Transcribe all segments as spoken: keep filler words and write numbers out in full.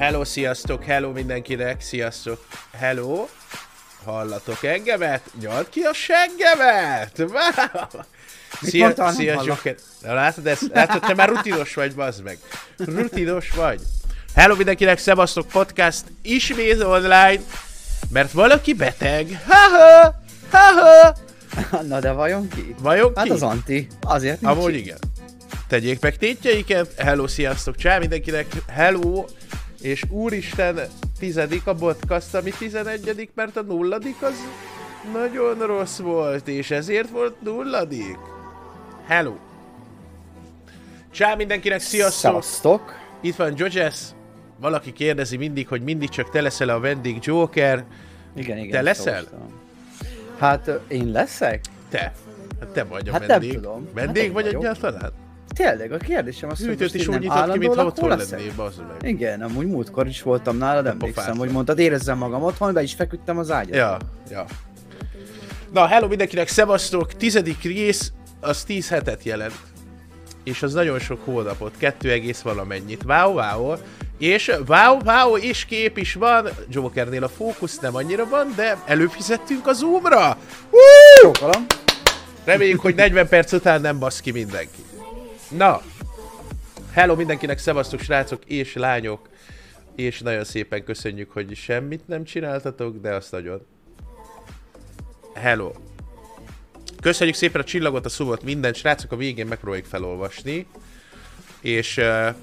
Hello, sziasztok, hello mindenkinek, sziasztok, hello. Hallatok engemet? Nyald ki a seggemet! Szia, szia, Joker. Látod, ezt, látod, te már rutinos vagy, bazd meg. Rutinos vagy. Hello mindenkinek, szevasztok, podcast ismét online, mert valaki beteg. Ha-ha! Ha-ha! Na de vajon ki? Vajon ki? Hát az Anti. Azért nincs. Amúgy igen. Tegyék meg tétjeiket. Hello, sziasztok, csá mindenkinek. Hello. És úristen, tizedik a podcast, ami tizenegyedik, mert a nulladik az nagyon rossz volt, és ezért volt nulladik. Hello. Csá mindenkinek, sziasztok. Szevasztok. Itt van Jojes. Valaki kérdezi mindig, hogy mindig csak te leszel a vendég Joker. Igen, igen. Te leszel? Szavaztam. Hát én leszek? Te. Hát te vagy a hát vendég. Nem tudom. Vendég hát vagy vagyok. egyáltalán? Tényleg, a kérdésem az, hogy most is úgy nem nyitott ki, mintha otthon leszek? lennél, bazd meg. Igen, amúgy múltkor is voltam nálad, emlékszem, pofátlan. hogy mondtad, érezzem magam otthon, be is feküdtem az ágyat. Ja, ja. Na, hello mindenkinek, szevasztok, tizedik rész, az tíz hetet jelent. És az nagyon sok hónapot, kettő egész valamennyit. Wow, wow. És wow, wow, és kép is van. Jokernél a fókusz nem annyira van, de előfizettünk a Zoomra. Jókalom. Reméljük, hogy negyven perc után nem basz ki mindenki. Na, hello mindenkinek, szevasztok srácok és lányok. És nagyon szépen köszönjük, hogy semmit nem csináltatok, de azt nagyon. Hello. Köszönjük szépen a csillagot, a szót, minden srácok, a végén megpróbáljuk felolvasni. És... Uh,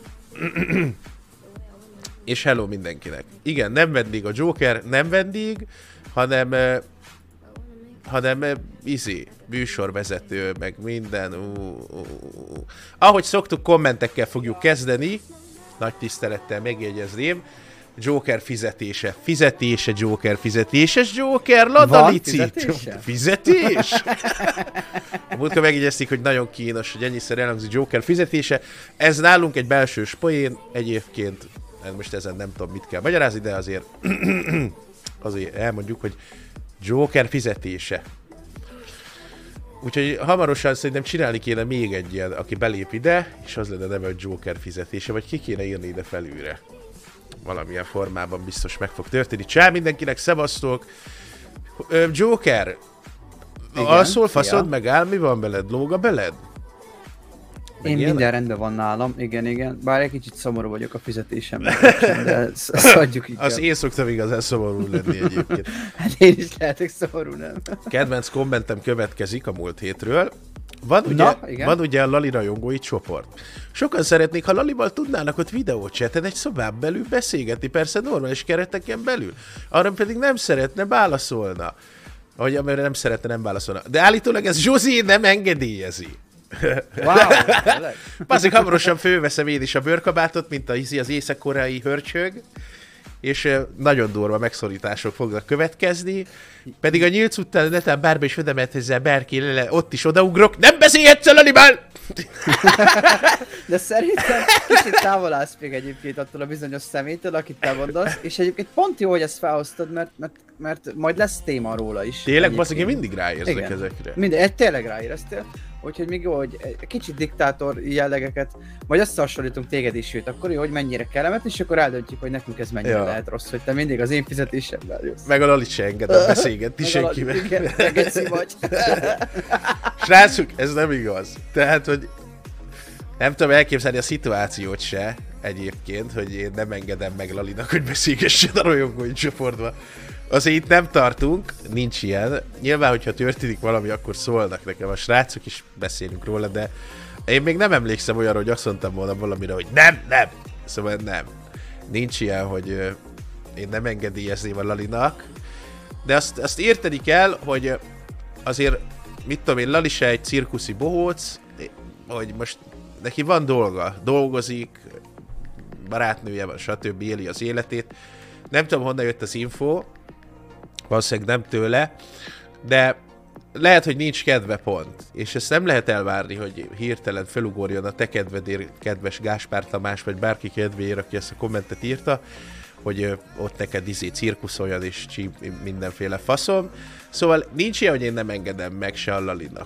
és hello mindenkinek. Igen, nem vendég a Joker, nem vendég, hanem... Uh, hanem uh, izé, műsorvezető, meg minden. Uh, uh, uh. Ahogy szoktuk, kommentekkel fogjuk kezdeni. Nagy tisztelettel megjegyezném. Joker fizetése. Fizetése, Joker fizetéses, Joker, ladalicit. Fizetés? A múltkor megjegyezték, hogy nagyon kínos, hogy ennyiszer elhangzik Joker fizetése. Ez nálunk egy belsős poén, egyébként, most ezen nem tudom mit kell magyarázni, de azért, azért elmondjuk, hogy Joker fizetése. Úgyhogy hamarosan szerintem csinálni kéne még egy ilyen, aki belép ide, és az lenne neve, hogy Joker fizetése, vagy ki kéne írni ide felülre. Valamilyen formában biztos meg fog történni. Csá mindenkinek, szevasztok! Ö, Joker! Igen, alszol, faszod, megáll, mi van veled? Lóg a beled? Én Ilyen? minden rendben van nálam, igen, igen. Bár egy kicsit szomorú vagyok a fizetésemben, de ezt adjuk így. Az én szoktam igazán szomorú lenni egyébként. Hát én is lehetek szomorú, nem? Kedvenc kommentem következik a múlt hétről. Van ugye, Na, van ugye a Lali rajongói csoport. Sokan szeretnék, ha Lalival tudnának ott videócseten egy szobán belül beszélgetni, persze normális kereteken belül. Arra pedig nem szeretne, válaszolna. Ahogy amire nem szeretne, nem válaszolna. De állítólag ez Zsuzsi nem engedélyezi. Wow, Bászik, hamarosan fölveszem én is a bőrkabátot, mint a, az észak-koreai hörcsög, és nagyon durva megszorítások fognak következni, pedig a nyílc után netán bárba is oda mehet ezzel bárki lele, ott is odaugrok, nem beszélhetsz a Lalival! De szerintem kicsit távol állsz még egyébként attól a bizonyos szemétől, akit te mondasz, és egyébként pont jó, hogy ezt felhoztad, mert, mert, mert majd lesz téma róla is. Tényleg, basszik, én mindig ráérzek igen. ezekre. Minden, egy tényleg ráéreztél. Úgyhogy még jó, hogy egy kicsit diktátor jellegeket, majd összehasonlítunk téged is, sőt, akkor jó, hogy mennyire kellemet, és akkor eldöntjük, hogy nekünk ez mennyire ja. lehet rossz, hogy te mindig az én fizetésemmel jössz. Meg a Lalit se engedem beszélgetni senkivel. Igen, megegyszi vagy. Srácok, ez nem igaz. Tehát, hogy nem tudom elképzelni a szituációt se egyébként, hogy én nem engedem meg Lalinak, hogy beszélgessen a rajongói csoportba. Azért itt nem tartunk, nincs ilyen. Nyilván, hogyha történik valami, akkor szólnak nekem a srácok, is beszélünk róla, de én még nem emlékszem olyanra, hogy azt mondtam volna valamire, hogy nem, nem. Szóval nem. Nincs ilyen, hogy én nem engedélyezném a Lalinak. De azt, azt érteni kell, hogy azért, mit tudom én, Lali se egy cirkuszi bohóc, hogy most neki van dolga, dolgozik, barátnője van, stb. Éli az életét. Nem tudom, honnan jött az info, valószínűleg nem tőle, de lehet, hogy nincs kedve pont, és ezt nem lehet elvárni, hogy hirtelen felugorjon a te kedvedért, kedves Gáspár Tamás, vagy bárki kedvéért, aki ezt a kommentet írta, hogy ott neked izé cirkuszoljan, és csíp mindenféle faszom. Szóval nincs ilyen, hogy én nem engedem meg se a Lalinak.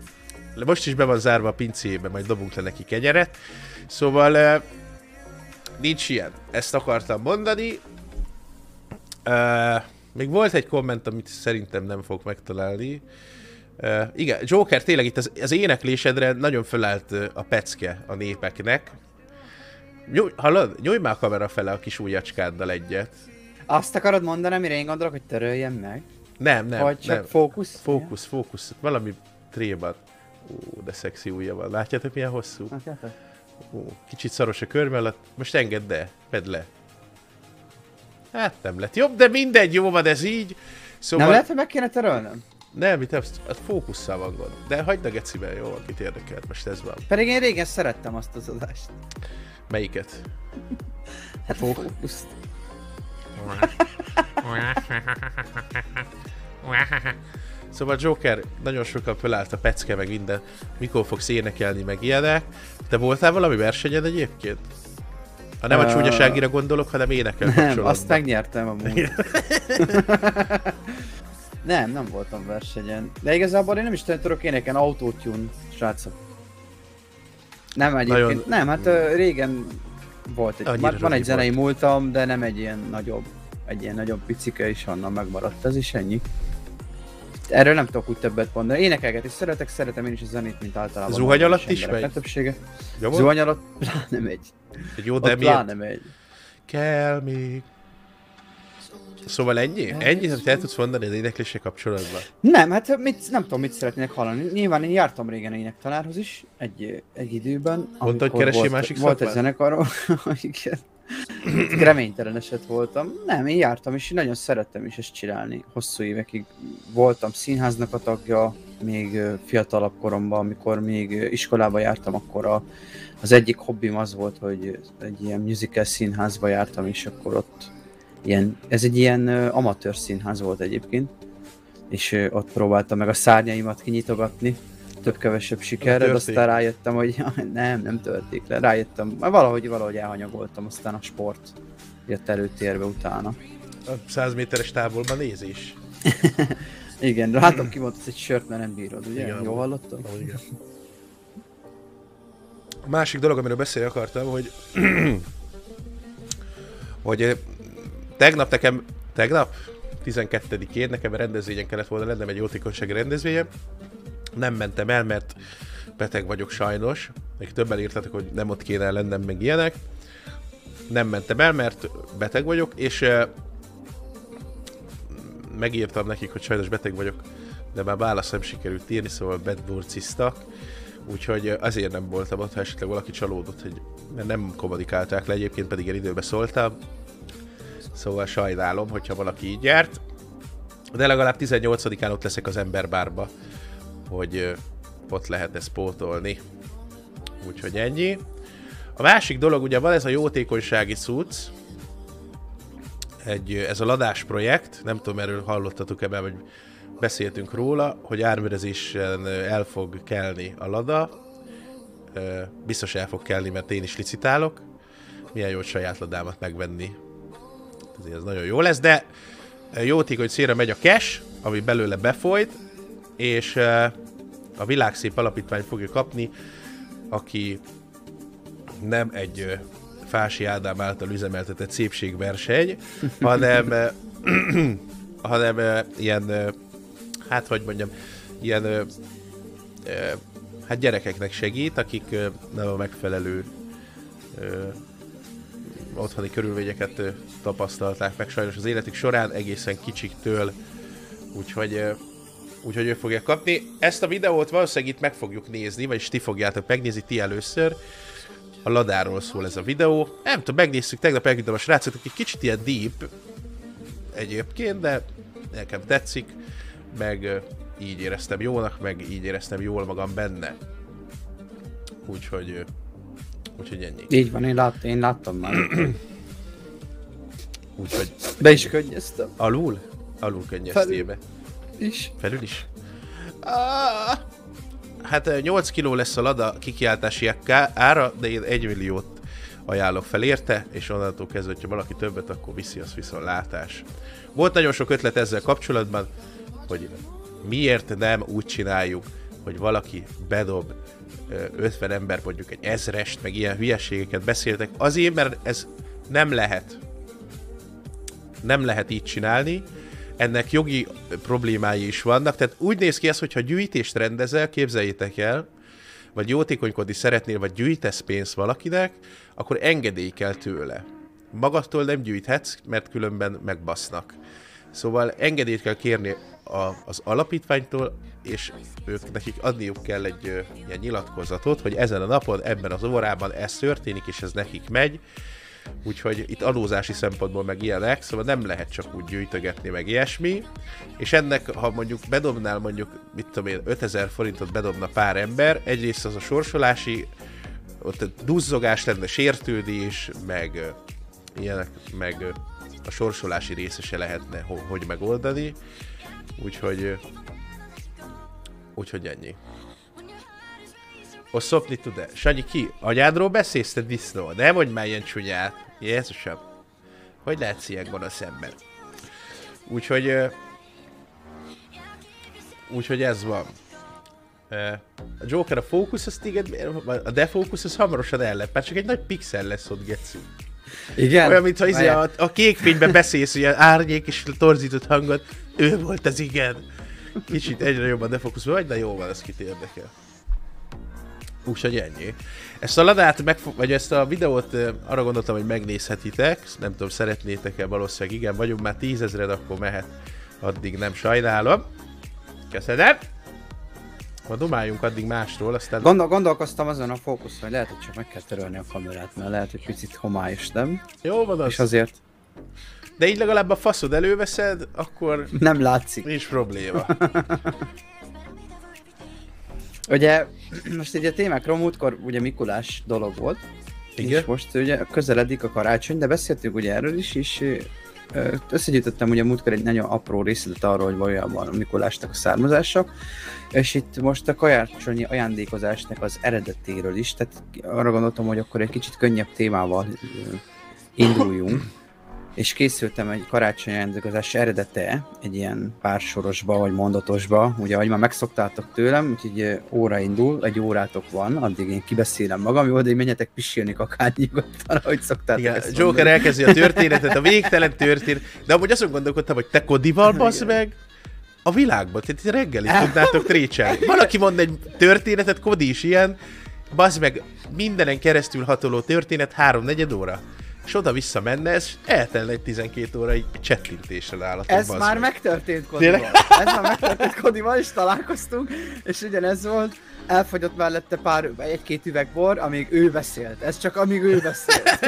Most is be van zárva a pincébe, majd dobunk le neki kenyeret. Szóval nincs ilyen. Ezt akartam mondani. Uh, még volt egy komment, amit szerintem nem fogok megtalálni. Uh, igen, Joker, tényleg itt az, az éneklésedre nagyon fölállt a pecke a népeknek. Nyúj, hallod? Nyújj már a kamera fele a kis ujjacskáddal egyet. Azt akarod mondani, amire én gondolok, hogy töröljem meg? Nem, nem, Vagy csak nem. fókusz? Fókusz, fókusz. Valami tréban. Ó, de szexi ujja van. Látjátok, milyen hosszú? Látjátok? Ó, kicsit szaros a körme alatt. Most engedd el, vedd le. Hát nem lett jobb, de mindegy, jó van ez így. Szóval... Nem lehet, hogy meg kéne törölnöm? Nem, itt az, az fókusszal van gond. De hagyd a geciben, jó, akit érdekelt, most ez van. Pedig én régen szerettem azt az adást. Melyiket? Hát a fókuszt. Szóval Joker, nagyon sokan fölállt a pecke, meg minden. Mikor fogsz énekelni, meg ilyenek. Te voltál valami versenyen egyébként? Ha nem uh, a csúnyaságira gondolok, hanem énekel kapcsolatban. Nem, azt megnyertem amúgy. Nem, nem voltam versenyen. De igazából én nem is tudok énekelni, autotune, srácok. Nem egyébként, Nagyon... nem, hát uh, régen volt egy, már van egy zenei volt. múltam, de nem egy ilyen nagyobb, egy ilyen nagyobb picike, és onnan megmaradt, ez is ennyi. Erről nem tudok úgy többet mondani. Énekelget is szeretek, szeretem én is a zenét, mint általában. Zuhany alatt is megy? Legtöbbsége. Zuhany alatt pláne megy. Egy jó, de miért? Pláne megy. Kell még. Szóval ennyi? Ennyi, hogy el tudsz mondani az énekléssel kapcsolatban? Nem, hát mit, nem tudom, mit szeretnének hallani. Nyilván én jártam régen énektanárhoz is, egy, egy időben. Mondta, hogy keresi volt, másik Volt szakmát? egy zenekarom, igen. Reménytelen eset voltam. Nem, én jártam, és nagyon szerettem is ezt csinálni. Hosszú évekig voltam színháznak a tagja, még fiatalabb koromban, amikor még iskolába jártam, akkor a, az egyik hobbim az volt, hogy egy ilyen musical színházba jártam, és akkor ott ilyen, ez egy ilyen amatőr színház volt egyébként, és ott próbáltam meg a szárnyaimat kinyitogatni, több-kevesebb sikerre, de aztán rájöttem, hogy nem, nem tölték le, rájöttem, valahogy, valahogy elhanyagoltam, aztán a sport jött előtérbe utána. A száz méteres távolban nézés. Igen, látom, kimondtad egy sört, mert nem bírod, ugye? Igen, Jól hallottam? Oh, igen. A másik dolog, amiről beszélni akartam, hogy hogy tegnap nekem, tegnap? tizenkettedikén nekem rendezvényen kellett volna lennem, egy jótékonysági rendezvényen. Nem mentem el, mert beteg vagyok sajnos. Még többen írtatok, hogy nem ott kéne lennem, meg ilyenek. Nem mentem el, mert beteg vagyok, és uh, megírtam nekik, hogy sajnos beteg vagyok, de már választ nem sikerült írni, szóval bedurciztak. Úgyhogy azért nem voltam ott, ha esetleg valaki csalódott, hogy nem kommunikálták le, egyébként pedig én időben szóltam. Szóval sajnálom, hogyha valaki így járt. De legalább tizennyolcadikán ott leszek az Emberbárba, hogy ott lehet ezt pótolni. Úgyhogy ennyi. A másik dolog, ugye van ez a jótékonysági cucc, egy, ez a ladás projekt, nem tudom, erről hallottatok ebben, vagy beszéltünk róla, hogy árverezésen el fog kelni a lada. Biztos el fog kelni, mert én is licitálok. Milyen jó, hogy saját ladámat megvenni. Ezért ez nagyon jó lesz, de jótékony célra megy a cash, ami belőle befolyt, és a Világszép Alapítvány fogja kapni, aki nem egy Fási Ádám által üzemeltetett szépségverseny, hanem, hanem ilyen, hát hogy mondjam, ilyen hát gyerekeknek segít, akik nem a megfelelő otthoni körülményeket tapasztalták meg sajnos az életük során, egészen kicsiktől, úgyhogy, úgyhogy ő fogja kapni. Ezt a videót valószínűleg itt meg fogjuk nézni, vagyis ti fogjátok megnézni, ti először. A ladáról szól ez a videó. Nem tudom, megnéztük, tegnap elküldtem a srácoknak, egy kicsit ilyen deep egyébként, de nekem tetszik, meg így éreztem jónak, meg így éreztem jól magam benne. Úgyhogy, úgyhogy ennyi. Így van, én, lát, én láttam már. Úgyhogy... Be is könnyeztem. Alul? Alul könnyeztébe. Felül is. Felül is? Ah, hát nyolc kiló lesz a lada kikiáltási ára, de én egy milliót ajánlok fel érte, és onnantól kezdve, hogyha valaki többet, akkor viszi, az viszontlátás. Volt nagyon sok ötlet ezzel kapcsolatban, hogy miért nem úgy csináljuk, hogy valaki bedob ötven ember, mondjuk egy ezrest, meg ilyen hülyeségeket beszéltek, azért, mert ez nem lehet. Nem lehet így csinálni. Ennek jogi problémái is vannak, tehát úgy néz ki ez, hogyha gyűjtést rendezel, képzeljétek el, vagy jótékonykodni szeretnél, vagy gyűjtesz pénzt valakinek, akkor engedély kell tőle. Magadtól nem gyűjthetsz, mert különben megbasznak. Szóval engedélyt kell kérni a, az alapítványtól, és ők nekik adniuk kell egy ö, ilyen nyilatkozatot, hogy ezen a napon, ebben az órában ez történik, és ez nekik megy. Úgyhogy itt adózási szempontból meg ilyenek, szóval nem lehet csak úgy gyűjtögetni, meg ilyesmi. És ennek, ha mondjuk bedobnál mondjuk, mit tudom én, ötezer forintot bedobna pár ember, egyrészt az a sorsolási, ott duzzogás lenne, sértődés, meg ö, ilyenek, meg ö, a sorsolási része se lehetne, hogy megoldani. Úgyhogy, ö, úgyhogy ennyi. O szopni tud-e? Sanyi, ki? Anyádról beszélsz, te disznó? Nem mondj már ilyen csúnyát. Jézusom. Hogy lehetsz ilyen gonosz ember? Úgyhogy... Úgyhogy ez van. A Joker, a fókusz, az téged... A defókusz, az hamarosan ellep. Már csak egy nagy pixel lesz ott, geci. Igen? Olyan, mintha izé a, a kék fényben beszélsz, ilyen árnyék és torzított hangot. Ő volt az, igen. Kicsit egyre jobban defókusz vagy, de jó van, ez kit érdekel. Úgyhogy ennyi. Ezt a ladát, megfog, vagy ezt a videót arra gondoltam, hogy megnézhetitek. Nem tudom, szeretnétek-e, valószínűleg igen, vagyunk már tízezred, akkor mehet. Addig nem sajnálom. Köszönöm. Ma dumáljunk addig másról, aztán... Gondol, gondolkoztam azon a fókuszon, hogy lehet, hogy csak meg kell törölni a kamerát, mert lehet, hogy picit homályos, nem? Jó van az. És azért... De így legalább a faszod előveszed, akkor... Nem látszik. Nincs probléma. Ugye, most ugye a témákról múltkor ugye Mikulás dolog volt, igen? És most ugye közeledik a karácsony, de beszéltünk ugye erről is, és összegyűjtöttem ugye múltkor egy nagyon apró részletet arról, hogy valójában a Mikulásnak a származása, és itt most a karácsonyi ajándékozásnak az eredetéről is, tehát arra gondoltam, hogy akkor egy kicsit könnyebb témával induljunk, és készültem egy karácsonyi ajándékozás eredete, egy ilyen pársorosba vagy mondatosba, ugye ahogy már megszoktátok tőlem, úgyhogy óra indul, egy órátok van, addig én kibeszélem magam, jó, de menjetek pisilni kakát nyugodtan, ahogy szoktátok. Igen, Joker mondani. Elkezdi a történetet, a végtelen történet, de amúgy azon gondolkodtam, hogy te Kodival basz meg a világban, tehát reggel is tudnátok trécselni. Valaki mond egy történetet, Kodi is ilyen, basz meg mindenen keresztül hatoló történet három-negyed óra. És oda-vissza menne, ez eltelne egy tizenkét óra egy csettintésre nálatok. Ez már meg. megtörtént Kodival. Ez már megtörtént Kodival, és találkoztunk, és ugyanez volt, elfogyott mellette pár, egy-két üveg bor, amíg ő beszélt. Ez csak amíg ő beszélt.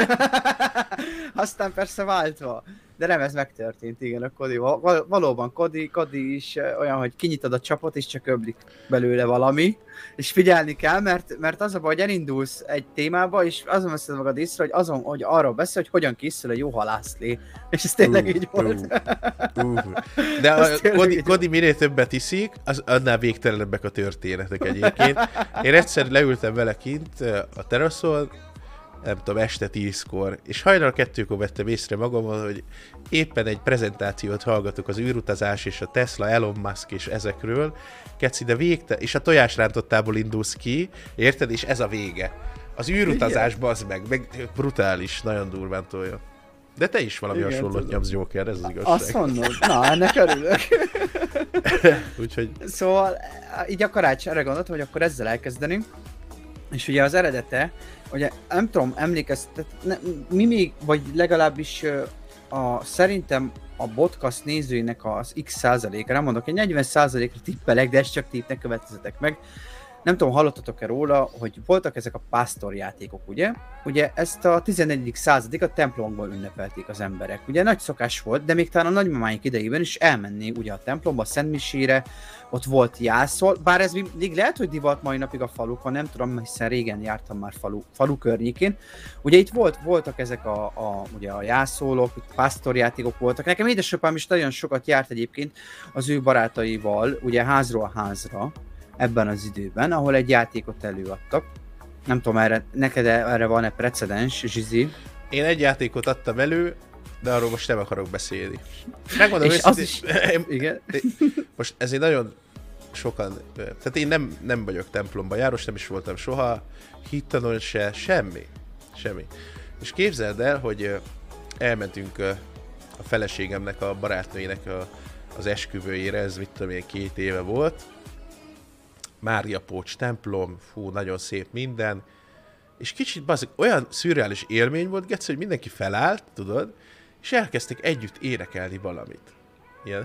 Aztán persze váltva. De nem, ez megtörtént, igen, a Kodival. Val- valóban Kodi, Kodi is olyan, hogy kinyitod a csapot, és csak öblik belőle valami. És figyelni kell, mert, mert az a baj, hogy elindulsz egy témába, és azon veszed magad észre, hogy azon, hogy arról beszél, hogy hogyan készül egy jó halászlé. És ez tényleg uh, így volt. Uh, uh. De a Kodi, Kodi minél többet iszik, az annál végtelenebbek a történetek egyébként. Én egyszer leültem vele kint a teraszon, nem tudom, este tízkor, és hajnal kettőkor vettem észre magamon, hogy éppen egy prezentációt hallgatok az űrutazás és a Tesla, Elon Musk és ezekről, keci, de végte, és a tojásrántottából indulsz ki, érted? És ez a vége. Az űrutazás, bazd meg, meg brutális, nagyon durván tolja. De te is valami igen, hasonlót nyomsz, Joker, ez az igazság. Azt mondod, na, ennek örülök. Úgyhogy... Szóval, így a karácsony, arra gondoltam, hogy akkor ezzel elkezdenünk. És ugye az eredete, ugye nem tudom, emlékeztet, ne, mi még, vagy legalábbis a, szerintem a podcast nézőinek az x százaléka, nem mondok, egy negyven százalékra tippelek, de ezt csak tippnek következetek meg. Nem tudom, hallottatok-e róla, hogy voltak ezek a pásztorjátékok, ugye? Ugye ezt a tizennegyedik századig a templomban ünnepelték az emberek. Ugye nagy szokás volt, de még talán a nagymamáink idejében is elmenni ugye a templomba, a szentmisére, ott volt jászol, bár ez még lehet, hogy divat mai napig a falukon, nem tudom, hiszen régen jártam már falu, falu környékén. Ugye itt volt, voltak ezek a, a, ugye a jászolók, itt pásztorjátékok voltak. Nekem édesapám is nagyon sokat járt egyébként az ő barátaival, ugye házról házra, ebben az időben, ahol egy játékot előadtak. Nem tudom, erre, neked erre van-e precedens, Zsizi? Én egy játékot adtam elő, de arról most nem akarok beszélni. Megmondom és őszintén, az is... Igen? Most ez egy nagyon sokan, tehát én nem, nem vagyok templomba járós, nem is voltam soha, hittanon se, semmi, semmi. És képzeld el, hogy elmentünk a feleségemnek, a barátnőjének a, az esküvőjére, ez mit tudom én, két éve volt. Mária Pócs templom, fú, nagyon szép minden. És kicsit bazik, olyan szürreális élmény volt, Geci, hogy mindenki felállt, tudod, és elkezdték együtt énekelni valamit. Ilyen...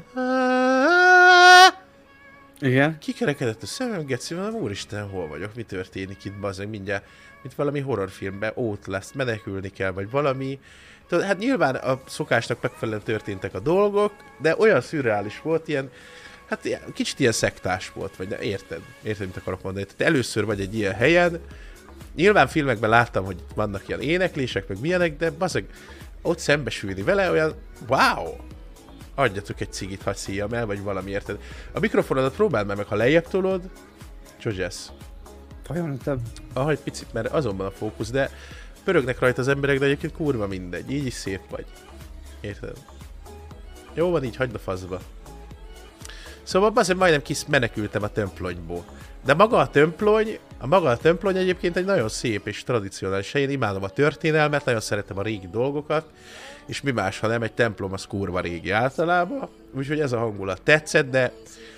Igen. Kikerekedett a szemem, Geci, mondom, úristen, hol vagyok, mi történik itt, bazdmeg, mindjárt, mint valami horrorfilmben, ott lesz, menekülni kell, vagy valami. Tudod, hát nyilván a szokásnak megfelelően történtek a dolgok, de olyan szürreális volt, ilyen, hát ilyen, kicsit ilyen szektás volt, vagy de érted, érted, mit akarok mondani. Tehát először vagy egy ilyen helyen, nyilván filmekben láttam, hogy vannak ilyen éneklések, meg milyenek, de bazdmeg, ott szembesülni vele, olyan, wow! Adjatok egy cigit, hadd szíjam el, vagy valami, érted? A mikrofonodat próbáld már meg, ha lejjebb tolod, csodjász. Folyamatosabb. Ah, egy picit, mert azonban a fókusz, de pörögnek rajta az emberek, de egyébként kurva mindegy, így is szép vagy. Érted? Jó van így, hagyd a faszba. Szóval azért majdnem kis menekültem a templonyból. De maga a templony, a maga a templony egyébként egy nagyon szép és tradicionális hely. Én imádom a történelmet, nagyon szeretem a régi dolgokat, és mi más, ha nem egy templom, az kurva régi általában. Úgyhogy ez a hangulat tetszett, de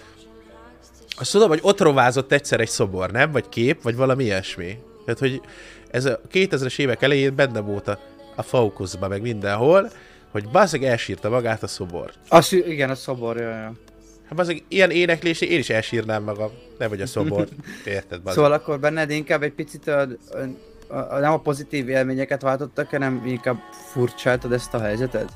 azt tudom, hogy ott rovázott egyszer egy szobor, nem? Vagy kép, vagy valami ilyesmi. Tehát, hogy ez a kétezres évek elején benne volt a, a Faukuszban, meg mindenhol, hogy bazzeg elsírta magát a szobor. Az, igen, a szobor, jaj, jaj. Hát bazzeg, ilyen éneklésé én is elsírnám magam, nem vagy a szobor. Érted, bazzeg. Szóval akkor benned inkább egy picit a, a, a, nem a pozitív élményeket váltottak, hanem inkább furcsáltad ezt a helyzetet?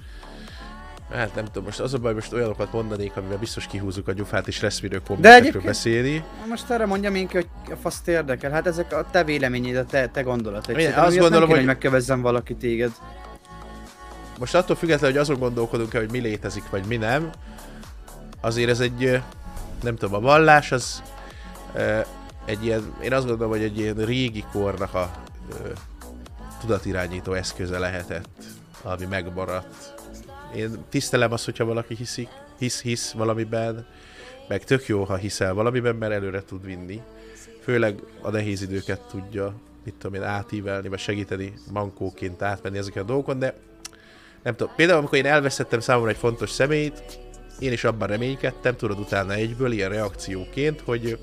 Hát nem tudom, most az a baj, most olyanokat mondanék, amivel biztos kihúzzuk a gyufát, és lesz miről kommentekről beszélni. Most arra mondjam én ki, hogy a faszt érdekel. Hát ezek a te véleményed, a te, te gondolatod. Én azt gondolom, nem kéne, hogy... hogy megkövezzem valaki téged. Most attól függetlenül, hogy azon gondolkodunk el, hogy mi létezik, vagy mi nem, azért ez egy, nem tudom, a vallás az egy ilyen, én azt gondolom, hogy egy ilyen régi kornak a tudatirányító eszköze lehetett, ami megmaradt. Én tisztelem azt, hogyha valaki hiszik, hisz, hisz valamiben, meg tök jó, ha hiszel valamiben, mert előre tud vinni. Főleg a nehéz időket tudja, mit tudom én, átívelni, vagy segíteni mankóként átmenni ezeken a dolgokon, de nem tudom, például amikor én elvesztettem számomra egy fontos személyt, én is abban reménykedtem, tudod, utána egyből ilyen reakcióként, hogy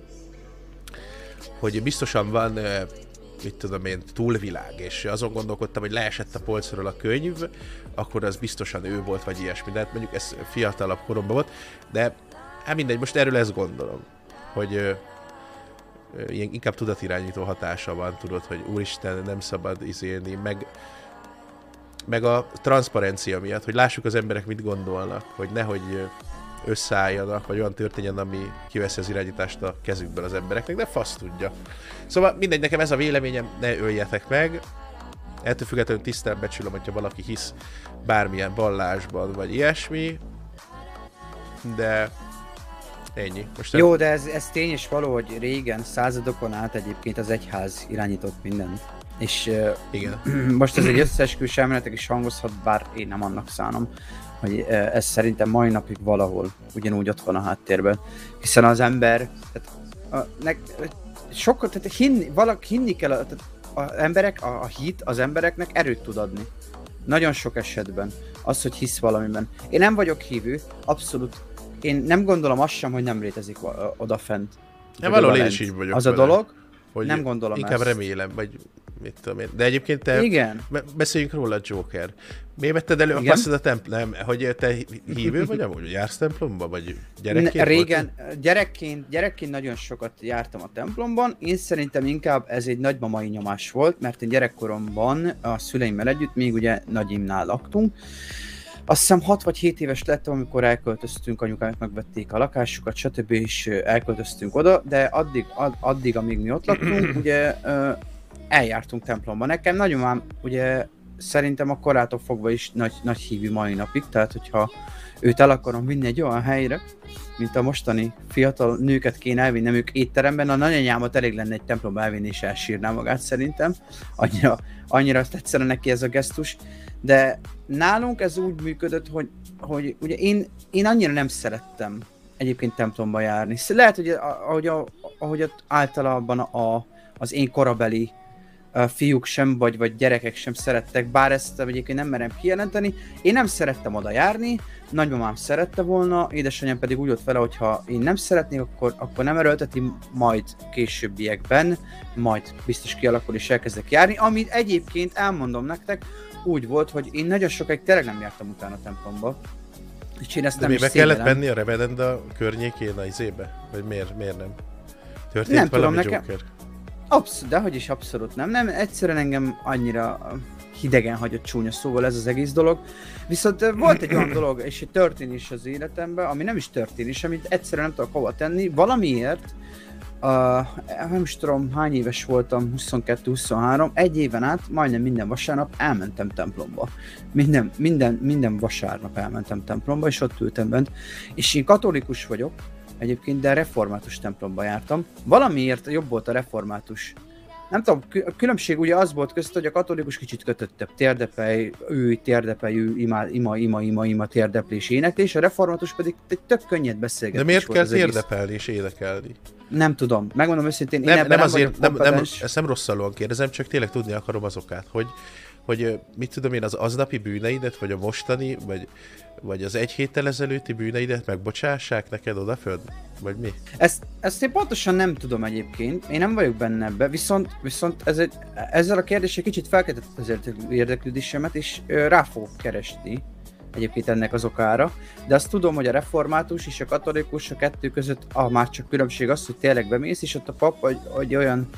hogy biztosan van, mit tudom én, túlvilág, és azon gondolkodtam, hogy leesett a polcról a könyv, akkor az biztosan ő volt, vagy ilyesmi, de hát mondjuk ez fiatalabb koromban volt, de hát mindegy, most erről ezt gondolom, hogy ö, ö, ilyen inkább tudatirányító hatása van, tudod, hogy úristen, nem szabad izélni, meg, meg a transzparencia miatt, hogy lássuk az emberek mit gondolnak, hogy nehogy összeálljanak, vagy olyan történjen, ami kiveszi az irányítást a kezükből az embereknek, de fasz tudja. Szóval mindegy, nekem ez a véleményem, ne öljetek meg. Ettől függetlenül tisztán becsülöm, hogyha valaki hisz bármilyen vallásban, vagy ilyesmi. De ennyi. Most Jó, nem... de ez, ez tény és való, hogy régen, századokon át egyébként az egyház irányított mindent. És igen. Most ez egy összeesküvés elméletek is hangozhat, bár én nem annak szánom, hogy ez szerintem mai napig valahol ugyanúgy ott van a háttérben. Hiszen az ember, tehát, a, ne, sokkal, tehát hinni, valaki hinni kell, tehát az emberek, a, a hit az embereknek erőt tud adni. Nagyon sok esetben. Az, hogy hisz valamiben. Én nem vagyok hívő, abszolút. Én nem gondolom azt sem, hogy nem létezik odafent. Ja, valahol én is így vagyok. Az vele. a dolog, hogy nem gondolom inkább ezt. remélem, vagy mit tudom én. De egyébként te... Igen. Beszéljünk róla, Joker. Miért vetted elő a faszod a templom? Nem, hogy te hívő vagy amúgy? Jársz templomba? Vagy gyerekként? Régen, gyerekként, gyerekként nagyon sokat jártam a templomban. Én szerintem inkább ez egy nagymamai nyomás volt, mert én gyerekkoromban a szüleimmel együtt még ugye Nagyimnál laktunk. Azt hiszem hat vagy hét éves lettem, amikor elköltöztünk, anyukámat megvették a lakásukat, stb. És elköltöztünk oda, de addig, ad, addig amíg mi ott laktunk, ugye eljártunk templomba. Nekem nagyomám ugye szerintem a korától fogva is nagy, nagy hívű mai napig, tehát hogyha őt el akarom vinni egy olyan helyre, mint a mostani fiatal nőket kéne elvinnem ők étteremben, a nagyanyámat elég lenne egy templomba elvinni és elsírná magát szerintem. Annyira, annyira tetszene neki ez a gesztus. De nálunk ez úgy működött, hogy, hogy ugye én, én annyira nem szerettem egyébként templomba járni. Lehet, hogy ahogy, ahogy ott általában a, az én korabeli a fiúk sem, vagy, vagy gyerekek sem szerettek, bár ezt egyébként nem merem kijelenteni. Én nem szerettem oda járni, nagymamám szerette volna, édesanyám pedig úgy volt vele, hogy ha én nem szeretnék, akkor, akkor nem erőlteti, majd későbbiekben, majd biztos kialakul és elkezdek járni, amit egyébként elmondom nektek, úgy volt, hogy én nagyon sokáig tényleg nem jártam utána a templomba. És én ezt de nem mibe kellett menni a Reverenda környékén a izébe? Vagy miért, miért nem? Történt nem valami tudom, Joker? Nekem... Abszolút, de hogy is abszolút nem. Nem, egyszerűen engem annyira hidegen hagyott csúnya szóval ez az egész dolog. Viszont volt egy olyan dolog, és egy történés az életemben, ami nem is történés, amit egyszerűen nem tudok hova tenni. Valamiért, uh, nem is tudom hány éves voltam, huszonkettő huszonhárom, egy éven át majdnem minden vasárnap elmentem templomba. Minden, minden, minden vasárnap elmentem templomba, és ott ültem bent. És én katolikus vagyok, egyébként, de református templomba jártam. Valamiért jobb volt a református. Nem tudom, a különbség ugye az volt között, hogy a katolikus kicsit kötöttebb. Térdepelj, ő, térdepelj, ő, ima, ima, ima, ima, ima, térdeplés, éneklés. A református pedig egy tök könnyed beszélgetés. De miért volt kell az egész. Térdepelni és énekelni? Nem tudom. Megmondom őszintén, én nem, ebben nem, nem azért, vagyok nem, nem, ezt nem rosszalóan kérdezem, csak tényleg tudni akarom az okát, hogy, hogy mit tudom én, az aznapi bűneidet, vagy a mostani, vagy, vagy az egy héttel ezelőtti bűneidet megbocsássák neked odafönn? Vagy mi? Ezt, ezt én pontosan nem tudom egyébként, én nem vagyok benne ebbe, viszont, viszont ez egy, ezzel a kérdéssel kicsit felkeltett az érdeklődésemet, és ö, rá fogok keresni egyébként ennek az okára, de azt tudom, hogy a református és a katolikus a kettő között a már csak különbség az, hogy tényleg bemész, és ott a pap hogy, hogy olyan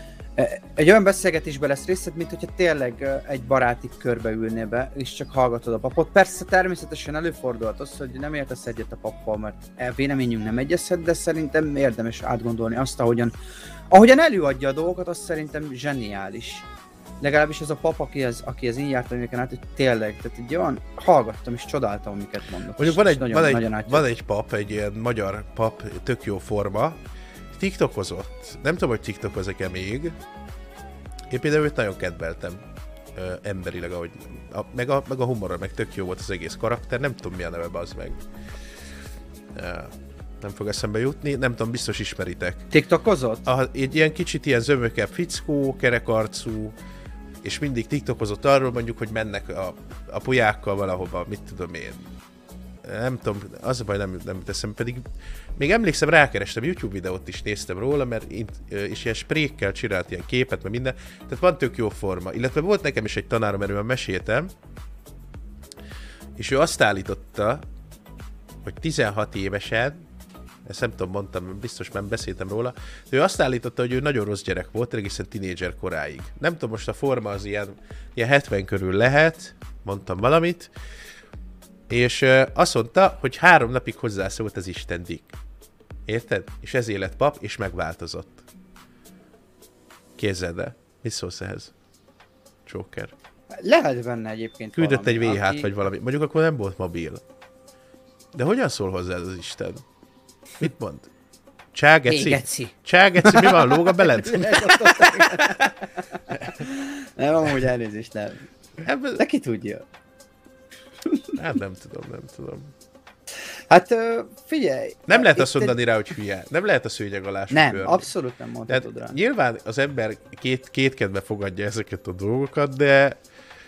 egy olyan beszélgetésben lesz részed, mint hogyha tényleg egy baráti körbe ülnél be, és csak hallgatod a papot. Persze természetesen előfordulhat az, hogy nem értesz egyet a pappal, mert véleményünk nem egyezhet, de szerintem érdemes átgondolni azt, ahogyan, ahogyan előadja a dolgokat, az szerintem zseniális. Legalábbis ez a pap, akihez, akihez én jártam őken át, hogy tényleg, tehát egy olyan, hallgattam és csodáltam, amiket mondok. Mondjuk van egy, nagyon, van, egy, nagyon van egy pap, egy ilyen magyar pap, tök jó forma, tiktokozott. Nem tudom, hogy tiktokozik-e még. Én például őt nagyon kedveltem ö, emberileg, ahogy, a, meg, a, meg a humorra, meg tök jó volt az egész karakter, nem tudom mi a neve, bazd meg. Ja, nem fog eszembe jutni, nem tudom, biztos ismeritek. TikTokozott? Ah, egy ilyen kicsit ilyen zömökebb fickó, kerekarcú, és mindig tiktokozott arról mondjuk, hogy mennek a, a pulyákkal valahova, mit tudom én. Nem tudom, az a baj, nem, nem teszem, pedig még emlékszem, rákerestem, YouTube videót is néztem róla, mert int, és ilyen sprékkel csinált ilyen képet, meg minden, tehát van tök jó forma. Illetve volt nekem is egy tanárom, erről meséltem, és ő azt állította, hogy tizenhat évesen, ezt nem tudom, mondtam, biztos már beszéltem róla, de ő azt állította, hogy ő nagyon rossz gyerek volt, egészen tinédzser koráig. Nem tudom, most a forma az ilyen, ilyen hetven körül lehet, mondtam valamit, és uh, azt mondta, hogy három napig hozzászólt az Isten Dick. Érted? És ezért lett pap, és megváltozott. Képzeld el. Mi szólsz ehhez? Joker. Lehet benne egyébként küldött valami, egy vé hát, aki... vagy valami. Mondjuk akkor nem volt mobil. De hogyan szól hozzá az Isten? Mit mond? Csá, geci? Geci. Csá, geci, mi van? Lóg a beled? Nem, amúgy elnézést nem. Ebben... De ki tudja? Hát nem tudom, nem tudom. Hát figyelj! Nem lehet azt mondani rá, hogy hülye. Nem lehet a szőnyeg alá Nem, görni. abszolút nem mondhatod rá. Nyilván az ember két, kétkedve fogadja ezeket a dolgokat, de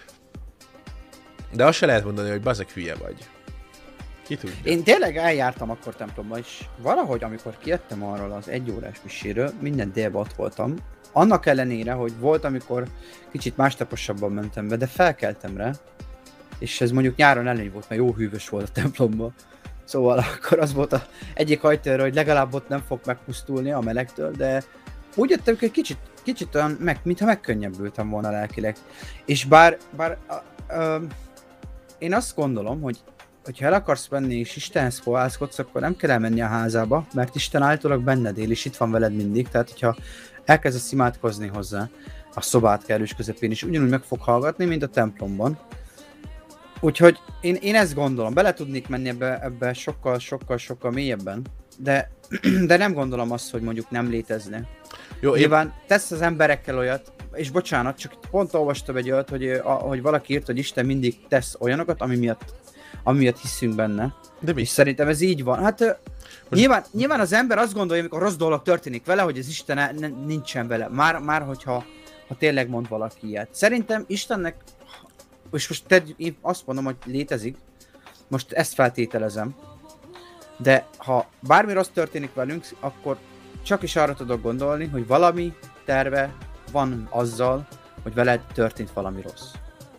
de azt se lehet mondani, hogy bazeg hülye vagy. Ki tudja. Én tényleg eljártam akkor templomba, és valahogy amikor kijöttem arról az egy órás miséről, minden délben ott voltam. Annak ellenére, hogy volt, amikor kicsit másnaposabban mentem be, de felkeltem rá, és ez mondjuk nyáron előny volt, mert jó hűvös volt a templomba. Szóval akkor az volt a egyik ajtóra, hogy legalább ott nem fog megpusztulni a melegtől, de úgy jöttem, hogy kicsit, kicsit olyan, meg, mintha megkönnyebbültem volna lelkileg. És bár, bár a, a, én azt gondolom, hogy hogyha el akarsz menni és Istenhez fohászkodsz, akkor nem kell elmenni a házába, mert Isten általában benned él, és itt van veled mindig, tehát hogyha elkezdesz imádkozni hozzá, a szobát kellős közepén is ugyanúgy meg fog hallgatni, mint a templomban. Úgyhogy én, én ezt gondolom, bele tudnék menni ebbe, ebbe sokkal, sokkal, sokkal mélyebben, de, de nem gondolom azt, hogy mondjuk nem létezne. Jó, nyilván én... tesz az emberekkel olyat, és bocsánat, csak pont olvastam egy olyat, hogy, hogy valaki írt, hogy Isten mindig tesz olyanokat, ami miatt, ami miatt hiszünk benne. De mi? És szerintem ez így van. Hát Most... Nyilván, nyilván az ember azt gondolja, amikor rossz dolog történik vele, hogy az Isten nincsen vele. Már, már hogyha ha tényleg mond valaki ilyet. Szerintem Istennek, és most te, én azt mondom, hogy létezik, most ezt feltételezem, de ha bármi rossz történik velünk, akkor csak is arra tudok gondolni, hogy valami terve van azzal, hogy veled történt valami rossz.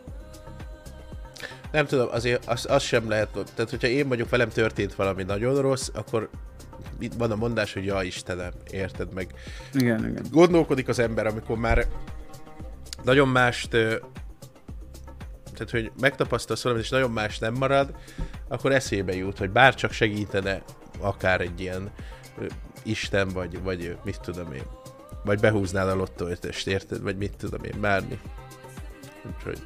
Nem tudom, azért az, az sem lehet, tehát hogyha én mondjuk velem történt valami nagyon rossz, akkor itt van a mondás, hogy ja Istenem, érted meg. Igen, igen. Gondolkodik az ember, amikor már nagyon mást, tehát hogy megtapasztalsz valamit, és nagyon más nem marad, akkor eszébe jut, hogy bárcsak segítene akár egy ilyen Isten, vagy, vagy mit tudom én, vagy behúznál a lottóötöst, érted, vagy mit tudom én, bármi. Úgyhogy...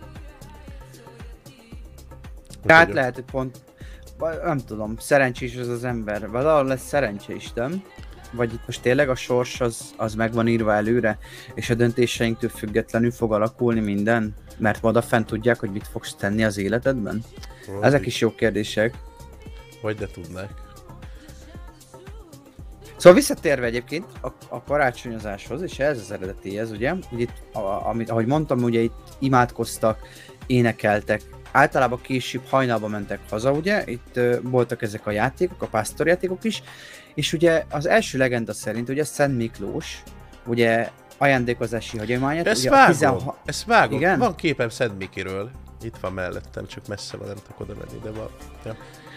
Tehát úgy lehet, hogy pont, nem tudom, szerencsés az az ember, valahol lesz szerencse Isten, vagy itt most tényleg a sors az, az meg van írva előre, és a döntéseinktől függetlenül fog alakulni minden, mert odafent tudják, hogy mit fogsz tenni az életedben? Vagy. Ezek is jó kérdések. Vagy de tudnák. Szóval visszatérve egyébként a, a karácsonyozáshoz, és ez az eredetihez, ugye, ugye itt, a, amit, ahogy mondtam, ugye itt imádkoztak, énekeltek, általában később hajnalba mentek haza, ugye, itt uh, voltak ezek a játékok, a pásztorjátékok is, és ugye az első legenda szerint, ugye Szent Miklós, ugye ajándékozási hagyományát... Ezt ugye vágom, tizenhat... ezt vágom. Igen? Van képem Szent Mikiről, itt van mellettem, csak messze van, nem tudok oda menni, de van. Ja.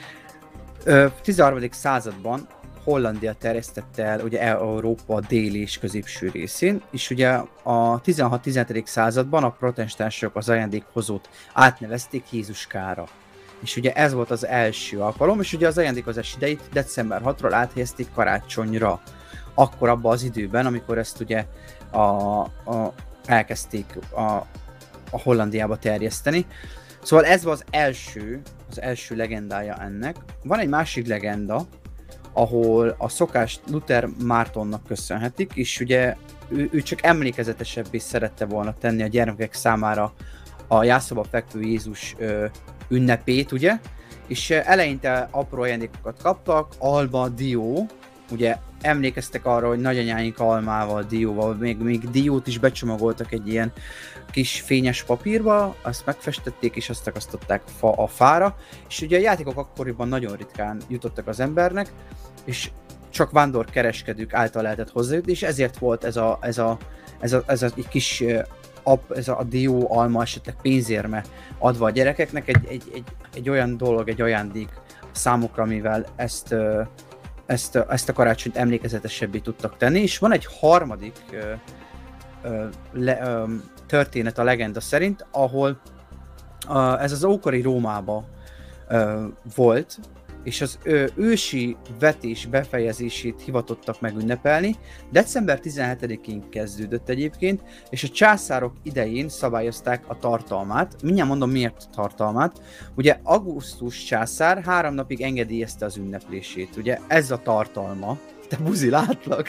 Ö, tizenharmadik században Hollandia terjesztette el ugye Európa déli és középső részén, és ugye a tizenhat-tizenhetedik században a protestánsok az ajándékhozót átnevezték Jézuskára. És ugye ez volt az első alkalom, és ugye az ajándékozás idejét december hatodikától áthelyezték karácsonyra. Akkor abban az időben, amikor ezt ugye a, a, elkezdték a, a Hollandiába terjeszteni. Szóval ez volt az első, az első legendája ennek. Van egy másik legenda, ahol a szokást Luther Mártonnak köszönhetik, és ugye ő, ő csak emlékezetesebbé szerette volna tenni a gyermekek számára a jászoba fekvő Jézus ö, ünnepét, ugye? És eleinte apró ajándékokat kaptak, alma, dió, ugye emlékeztek arra, hogy nagyanyáink almával, dióval, még, még diót is becsomagoltak egy ilyen kis fényes papírba, azt megfestették és azt akasztották fa, a fára, és ugye a játékok akkoriban nagyon ritkán jutottak az embernek, és csak vándorkereskedők által lehetett hozzájutni, és ezért volt ez a, ez a, ez a, ez a egy kis ap, ez a dió, alma, esetleg pénzérme adva a gyerekeknek egy, egy, egy, egy olyan dolog, egy ajándék számukra, amivel ezt, ezt, ezt a karácsonyt emlékezetesebbé tudtak tenni, és van egy harmadik ö, ö, le, ö, történet a legenda szerint, ahol ö, ez az ókori Rómában ö, volt, és az ö, ősi vetés befejezését hivatottak megünnepelni. december tizenhetedikén kezdődött egyébként, és a császárok idején szabályozták a tartalmát. Mindjárt mondom, miért tartalmát. Ugye Augustus császár három napig engedélyezte az ünneplését. Ugye ez a tartalma. Te buzi, látlak.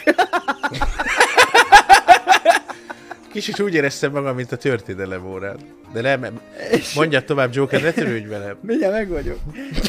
Kicsit úgy éreztem magam, mint a történelem órán. De nem, mondjad tovább, Joker, ne törődj velem. Mindjárt meg vagyok.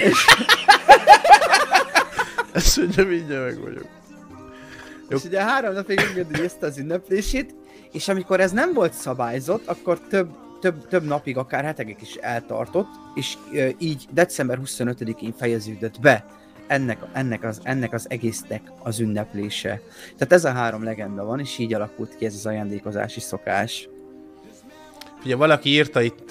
Ezt mondja, mindjárt meg vagyok. És ugye három napig engedélyezte az ünneplését, és amikor ez nem volt szabályzott, akkor több, több, több napig, akár hetekig is eltartott, és e, így december huszonötödikén fejeződött be ennek, ennek, az, ennek az egésznek az ünneplése. Tehát ez a három legenda van, és így alakult ki ez az ajándékozási szokás. Ugye valaki írta itt,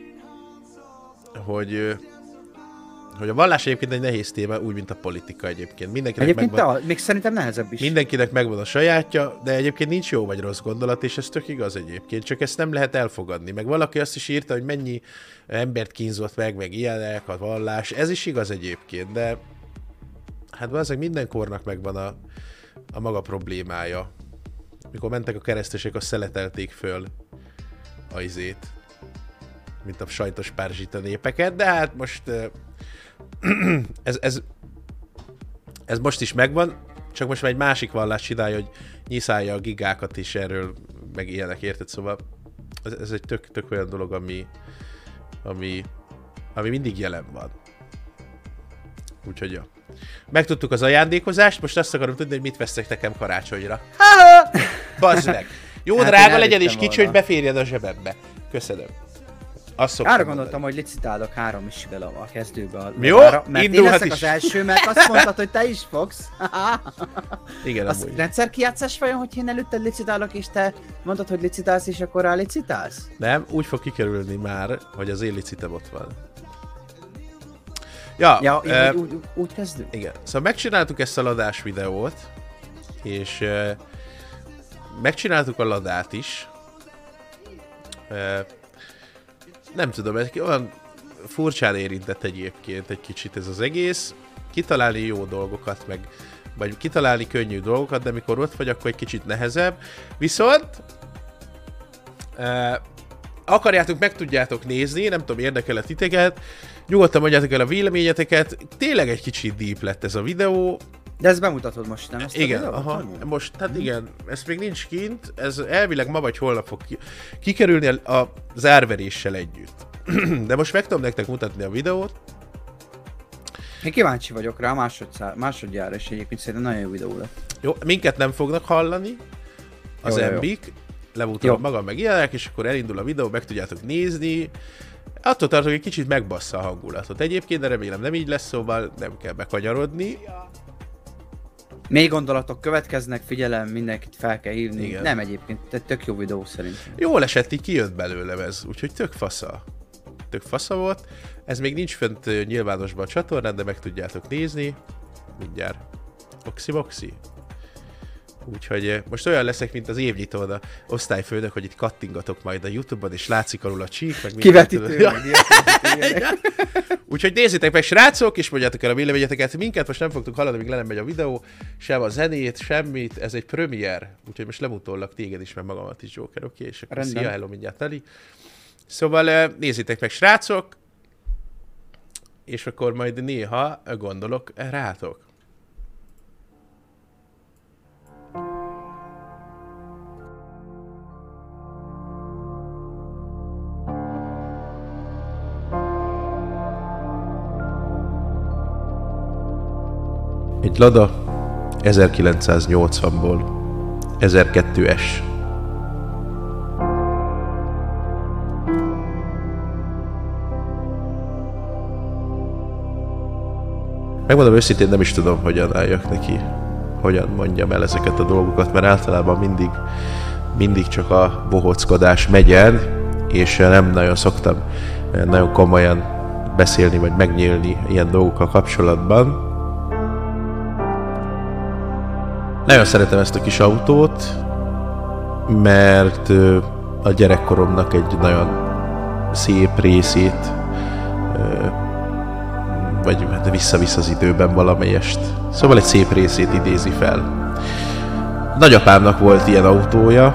hogy... hogy a vallás egyébként egy nehéz téma, úgy, mint a politika egyébként. Mindenkinek egyébként megvan, te, még szerintem nehezebb is. Mindenkinek megvan a sajátja, de egyébként nincs jó vagy rossz gondolat, és ez tök igaz egyébként, csak ezt nem lehet elfogadni. Meg valaki azt is írta, hogy mennyi embert kínzott meg, meg ilyenek, a vallás. Ez is igaz egyébként, de hát valószínűleg minden kornak megvan a, a maga problémája. Mikor mentek a keresztesek, azt szeletelték föl a izét, mint a sajtos párzsita népeket, de hát most... Ez, ez, ez most is megvan, csak most már egy másik vallás csinálja, hogy nyiszálja a gigákat is erről, meg ilyenek, érted? Szóval ez, ez egy tök, tök olyan dolog, ami, ami, ami mindig jelen van. Úgyhogy jó. Megtudtuk az ajándékozást, most azt akarom tudni, hogy mit vesztek nekem karácsonyra. Bazd meg! Jó, hát drága legyen és kicsi, hogy beférjen a zsebembe. Köszönöm. Arra gondoltam, hogy licitálok három is vele a kezdőbe. A jó, arra, mert indulhat én leszek is. az első, mert azt mondtad, hogy te is fogsz. Igen, az amúgy. rendszerkijátszás vajon, hogy én előtted licitálok, és te mondod, hogy licitálsz, és akkor rá licitálsz? Nem, úgy fog kikerülni már, hogy az én licitem ott van. Ja, ja uh, úgy, úgy, úgy kezdünk? Igen. Szóval megcsináltuk ezt a ladás videót, és uh, megcsináltuk a ladát is. Uh, nem tudom, ez olyan furcsán érintett egyébként egy kicsit ez az egész. Kitalálni jó dolgokat, meg vagy kitalálni könnyű dolgokat, de mikor ott vagy, akkor egy kicsit nehezebb. Viszont uh, akarjátok, meg tudjátok nézni, nem tudom, érdekel-e titeket, nyugodtan mondjátok el a véleményeteket, tényleg egy kicsit deep lett ez a videó. De ezt bemutatod most, nem? Ezt igen, aha, most, hát hmm. igen, ez még nincs kint, ez elvileg ma vagy holnap fog ki, kikerülni az árveréssel együtt. De most meg tudom nektek mutatni a videót. Én kíváncsi vagyok rá másodszár, másodjára, és egyébként szerintem nagyon jó videó lett. Jó, minket nem fognak hallani, az embik, lemutatom magam meg ilyenek, és akkor elindul a videó, meg tudjátok nézni. Attól tartok, hogy kicsit megbassza a hangulatot. Egyébként, de remélem nem így lesz, szóval nem kell bekanyarodni. Mély gondolatok következnek, figyelem, mindenkit fel kell hívni. Igen. Nem egyébként, te tök jó videó szerintem. Jól esett, így kijött belőlem ez, úgyhogy tök fasza. Tök fasza volt. Ez még nincs fent nyilvánosban a csatornán, de meg tudjátok nézni. Mindjárt. Oxi-boxi. Úgyhogy most olyan leszek, mint az évnyitón a osztályfőnök, hogy itt kattingatok majd a YouTube-on, és látszik alul a csík, meg kivetítő, ja. Úgyhogy nézzétek meg, srácok, és mondjátok el a véleményeteket. Minket most nem fogtuk hallani, míg le nem megy a videó, sem a zenét, semmit, ez egy premier. Úgyhogy most lemutollak téged is, meg magamat is, Joker, oké? Okay? És akkor rendben. Szia, hello, mindjárt teli. Szóval nézzétek meg, srácok, és akkor majd néha gondolok rátok. Egy Lada ezerkilencszáznyolcvanból, ezerkettő es. Megmondom őszintén, nem is tudom, hogyan álljak neki, hogyan mondjam el ezeket a dolgokat, mert általában mindig, mindig csak a bohóckodás megy el, és nem nagyon szoktam nagyon komolyan beszélni, vagy megnyílni ilyen dolgokkal kapcsolatban. Nagyon szeretem ezt a kis autót, mert a gyerekkoromnak egy nagyon szép részét, vagy hát visszavisz az időben valamelyest. Szóval egy szép részét idézi fel. Nagyapámnak volt ilyen autója,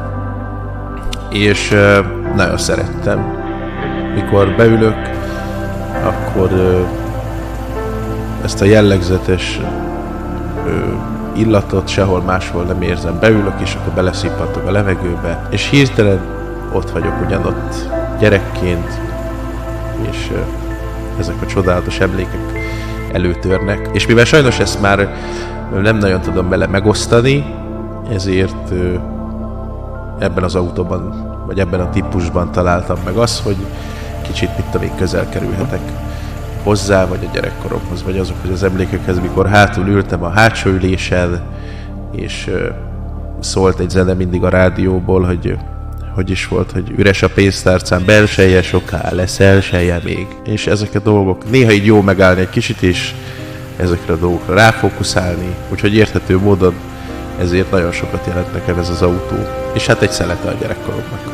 és nagyon szerettem. Mikor beülök, akkor ezt a jellegzetes illatot sehol máshol nem érzem. Beülök, és akkor beleszippantok a levegőbe, és hirtelen ott vagyok ugyanott gyerekként, és uh, ezek a csodálatos emlékek előtörnek. És mivel sajnos ezt már nem nagyon tudom vele megosztani, ezért uh, ebben az autóban, vagy ebben a típusban találtam meg azt, hogy kicsit mit tudom én közel kerülhetek hozzá, vagy a gyerekkoromhoz, vagy azokhoz az emlékekhez, mikor hátul ültem a hátsó ülésen, és uh, szólt egy zene mindig a rádióból, hogy hogy is volt, hogy üres a pénztárcám belseje, soká lesz elseje még. És ezek a dolgok, néha így jó megállni egy kicsit, és ezekre a dolgokra ráfókuszálni, úgyhogy érthető módon ezért nagyon sokat jelent nekem ez az autó. És hát egy szelete a gyerekkoromnak.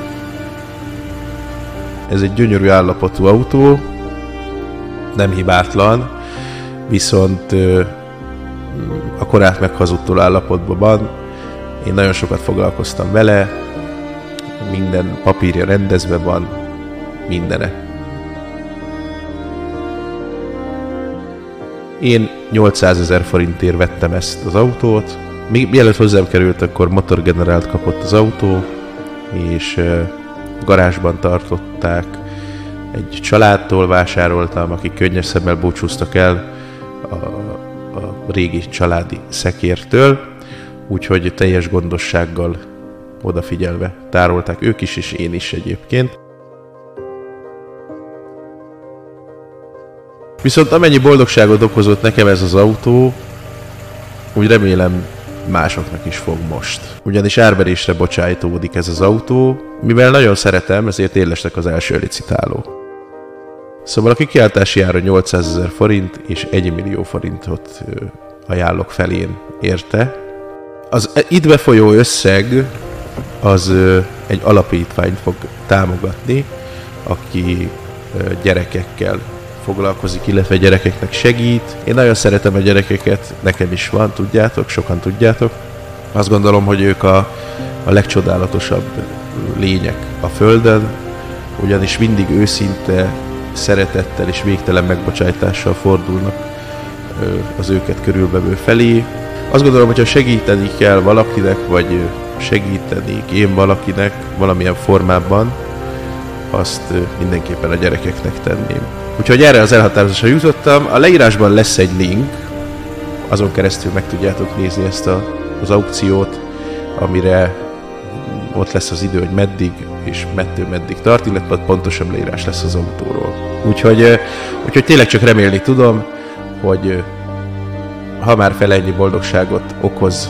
Ez egy gyönyörű állapotú autó, nem hibátlan, viszont a korát meghazudtoló állapotban van. Én nagyon sokat foglalkoztam vele, minden papírja rendezve van, mindene. Én nyolcszázezer forintért vettem ezt az autót. Még mielőtt hozzám került, akkor motorgenerált kapott az autó, és uh, garázsban tartották. Egy családtól vásároltam, akik könnyes szemmel búcsúztak el a a régi családi szekértől, úgyhogy teljes gondossággal odafigyelve tárolták ők is, és én is egyébként. Viszont amennyi boldogságot okozott nekem ez az autó, úgy remélem másoknak is fog most. Ugyanis árverésre bocsájtódik ez az autó, mivel nagyon szeretem, ezért én leszek az első licitáló. Szóval a kikiáltási ára nyolcszázezer forint és egy millió forintot ajánlok felén érte. Az itt befolyó összeg az egy alapítványt fog támogatni, aki gyerekekkel foglalkozik, illetve gyerekeknek segít. Én nagyon szeretem a gyerekeket, nekem is van, tudjátok, sokan tudjátok. Azt gondolom, hogy ők a, a legcsodálatosabb lények a Földön, ugyanis mindig őszinte, szeretettel és végtelen megbocsájtással fordulnak az őket körülvevő felé. Azt gondolom, hogyha segíteni kell valakinek, vagy segítenék én valakinek valamilyen formában, azt mindenképpen a gyerekeknek tenném. Úgyhogy erre az elhatározásra jutottam. A leírásban lesz egy link, azon keresztül meg tudjátok nézni ezt a, az aukciót, amire ott lesz az idő, hogy meddig és mettől meddig tart, illetve pontosabb leírás lesz az autóról. Úgyhogy, úgyhogy tényleg csak remélni tudom, hogy ha már fele ennyi boldogságot okoz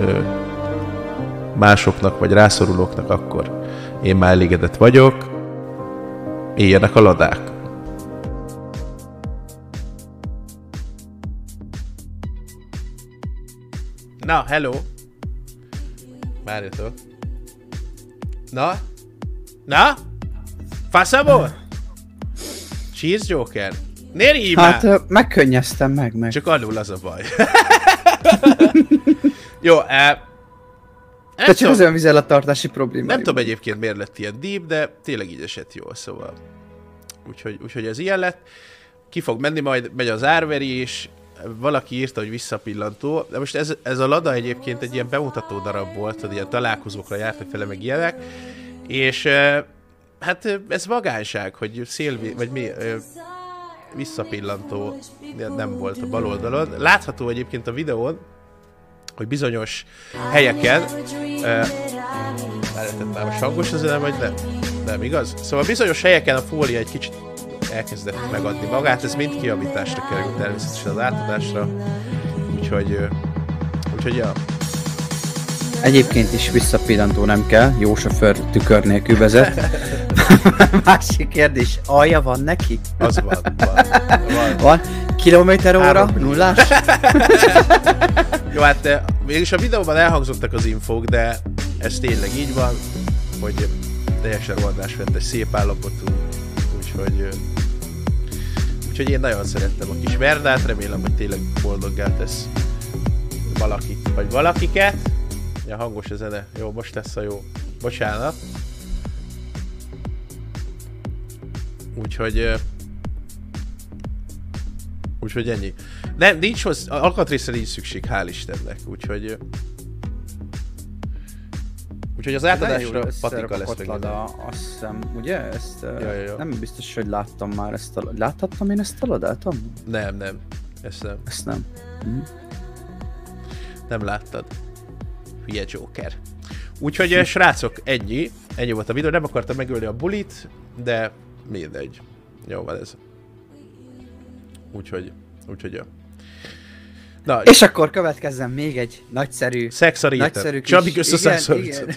másoknak vagy rászorulóknak, akkor én már elégedett vagyok. Éljenek a ladák! Na, hello! Várjatok. Na? Na? Faszabor? Cheers Joker? Miért így már? Hát ö, megkönnyeztem meg, meg. Csak alul az a baj. Jó, e... Te csak az olyan vizelettartási probléma. Nem tudom egyébként miért lett ilyen deep, de tényleg így esett jól, szóval. Úgyhogy, úgyhogy ez ilyen lett. Ki fog menni, majd megy az árverés. Valaki írta, hogy visszapillantó. De most ez, ez a Lada egyébként egy ilyen bemutató darab volt, hogy ilyen találkozókra jártak fele, meg ilyenek. És hát ez vagányság, hogy szélvi, vagy mi, visszapillantó nem volt a bal oldalon. Látható egyébként a videón, hogy bizonyos helyeken várjátok, már most hangos az nem, vagy nem? Nem, igaz? Szóval bizonyos helyeken a fólia egy kicsit elkezdett megadni magát, ez mind kijavításra kerül természetesen az átadásra, úgyhogy, úgyhogy ja. Egyébként is visszapillantó nem kell, jó sofőr tükör nélkül vezet. Másik kérdés, alja van neki? Az van, van. Van, van. Kilométer óra, nullás? Jó, hát mégis a videóban elhangzottak az infók, de ez tényleg így van, hogy teljesen rohadásmentes, szép állapotú, úgyhogy úgyhogy én nagyon szerettem a kis Verdát, remélem, hogy tényleg boldoggá tesz valakit, vagy valakiket. Ja, hangos a zene. Jó, most lesz a jó. Bocsánat. Úgyhogy úgyhogy ennyi. Nem, nincs hozzá, alkatrészre nincs szükség, hál' Istennek, úgyhogy úgyhogy az átadásra patika lesz meg. Lada, azt hiszem, ugye? Ezt ja, ja, ja. Nem biztos, hogy láttam már ezt a... Láthattam én ezt a Ladát? Nem, nem. Ezt nem. Ezt nem. Hm. Nem láttad. Hülye Joker. Úgyhogy srácok, ennyi. Ennyi volt a videó. Nem akartam megölni a bulit, de mindegy. Jó van ez. Úgyhogy, úgyhogy jó. Na, és akkor következzen még egy nagyszerű... Szex a réten. Nagyszerű kis... Csapjuk össze szexoricot.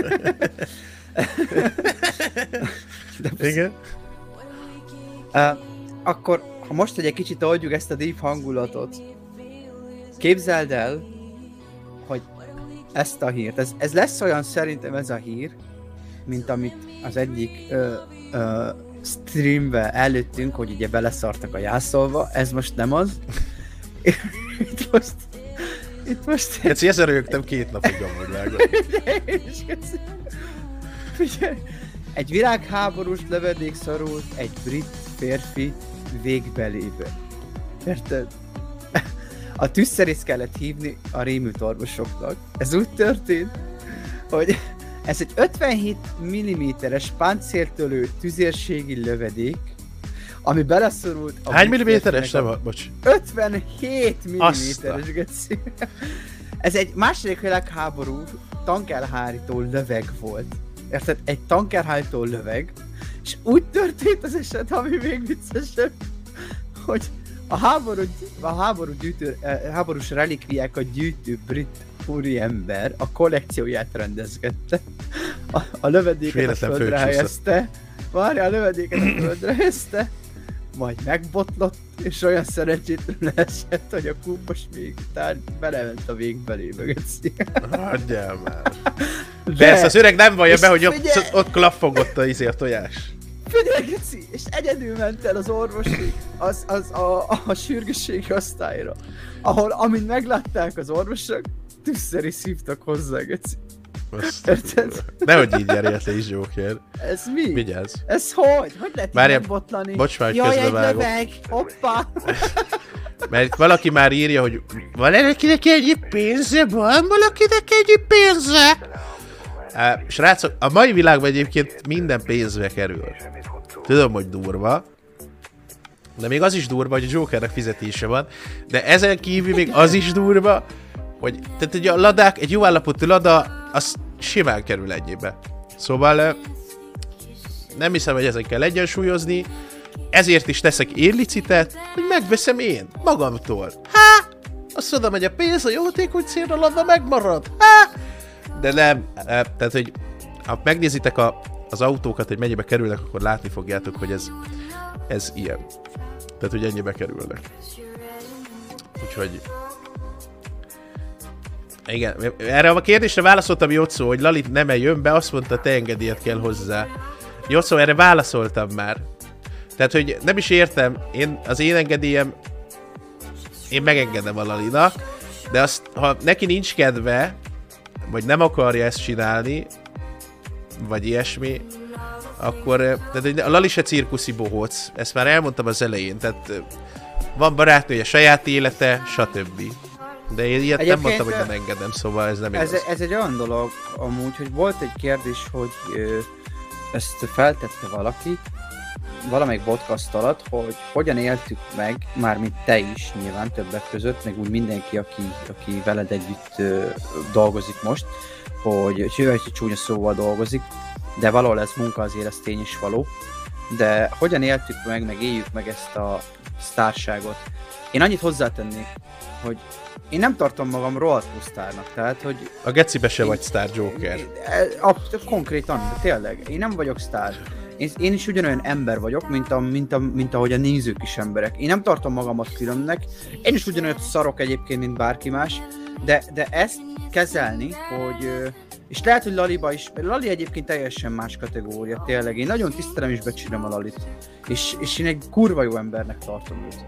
Igen. Uh, akkor, ha most egy kicsit oldjuk ezt a deep hangulatot, képzeld el, hogy ezt a hírt, ez, ez lesz olyan szerintem ez a hír, mint amit az egyik uh, uh, streambe előttünk, hogy ugye beleszartak a jászolva, ez most nem az. Itt most... Itt most... Keci, ezzel rögtem két napig amúgy vágod. Egy világháborús lövedék szorult egy brit férfi végbelébe. Érted? A tűzszerész kellett hívni a rémült orvosoknak. Ez úgy történt, hogy ez egy ötvenhét milliméteres páncéltölő tüzérségi lövedék, ami beleszorult... Hány milliméteres? Nem, bocs. ötvenhét milliméteres, geci. Ez egy második világháború tankerhárító löveg volt. Érted? Egy tankerhárító löveg, és úgy történt az eset, ami még viccesebb, hogy a háború, a háború gyűjtő, a háborús relikviákat gyűjtő brit úriember a kollekcióját rendezgette, a, a lövedéket a földre helyezte, várja, a lövedéket a földre helyezte, majd megbotlott, és olyan szerencsétlen esett, hogy a kúpos még után belement a végbelébe, geci. Hagyjál már. De ezt az öreg nem vallja be, hogy ott, figyelj... ott klaffogott a, izé, a tojás. Figyelj, geci, és egyedül ment el az orvosi, az, az a, a, a sürgősségi osztályra, ahol, amint meglátták az orvosok, tüsszeri szívtak hozzá, geci. Érted? Nehogy így járjál te is, Joker. Ez mi? Vigyázz. Ez hogy? Hogy lehet így megbotlani? Bocs már, hogy jaj, egy közbevágok. löveg! Hoppá! Mert valaki már írja, hogy van valakinek ennyi pénze? Van valakinek ennyi pénze? Uh, srácok, a mai világban egyébként minden pénzbe kerül. Tudom, hogy durva. De még az is durva, hogy a Jokernek fizetése van. De ezen kívül még az is durva, hogy tehát ugye a ladák, egy jó állapotú lada, az simán kerül ennyibe. Szóval nem hiszem, hogy ezen kell egyensúlyozni. Ezért is teszek én licitet, hogy megveszem én, magamtól. Há! Azt mondom, hogy a pénz a jótékony célra lada megmarad. Há! De nem, tehát hogy ha megnézitek a, az autókat, hogy mennyibe kerülnek, akkor látni fogjátok, hogy ez, ez ilyen. Tehát, hogy ennyibe kerülnek. Úgyhogy... Igen, erre a kérdésre válaszoltam Jocó, hogy Lalit nem jön be, azt mondta, te engedélyed kell hozzá. Jocó, erre válaszoltam már. Tehát, hogy nem is értem, én, az én engedélyem, én megengedem a Lalinak, de azt, ha neki nincs kedve, vagy nem akarja ezt csinálni, vagy ilyesmi, akkor, tehát a Lali se cirkuszi bohóc, ezt már elmondtam az elején, tehát van barátnője, saját élete, stb. De én ilyet egyébként nem mondtam, hogy nem engedem, szóval ez nem igaz. Ez, ez egy olyan dolog amúgy, hogy volt egy kérdés, hogy ö, ezt feltette valaki, valamelyik podcast alatt, hogy hogyan éltük meg, mármint te is nyilván többek között, meg úgy mindenki, aki, aki veled együtt ö, dolgozik most, hogy hogy csúnya szóval dolgozik, de valahol ez munka, azért ez tény is való, de hogyan éltük meg, meg éljük meg ezt a sztárságot. Én annyit hozzátennék, hogy én nem tartom magam rohadt sztárnak, tehát, hogy... A gecibe se én, vagy sztár, Joker. A, a, konkrétan, de tényleg, én nem vagyok sztár. Én, én is ugyanolyan ember vagyok, mint, a, mint, a, mint ahogy a nézők is emberek. Én nem tartom magamat különnek, én is ugyanolyan szarok egyébként, mint bárki más, de, de ezt kezelni, hogy... És lehet, hogy Laliba is, Lali egyébként teljesen más kategória, tényleg. Én nagyon tisztelem és becsülöm a Lalit. És, és én egy kurva jó embernek tartom őt.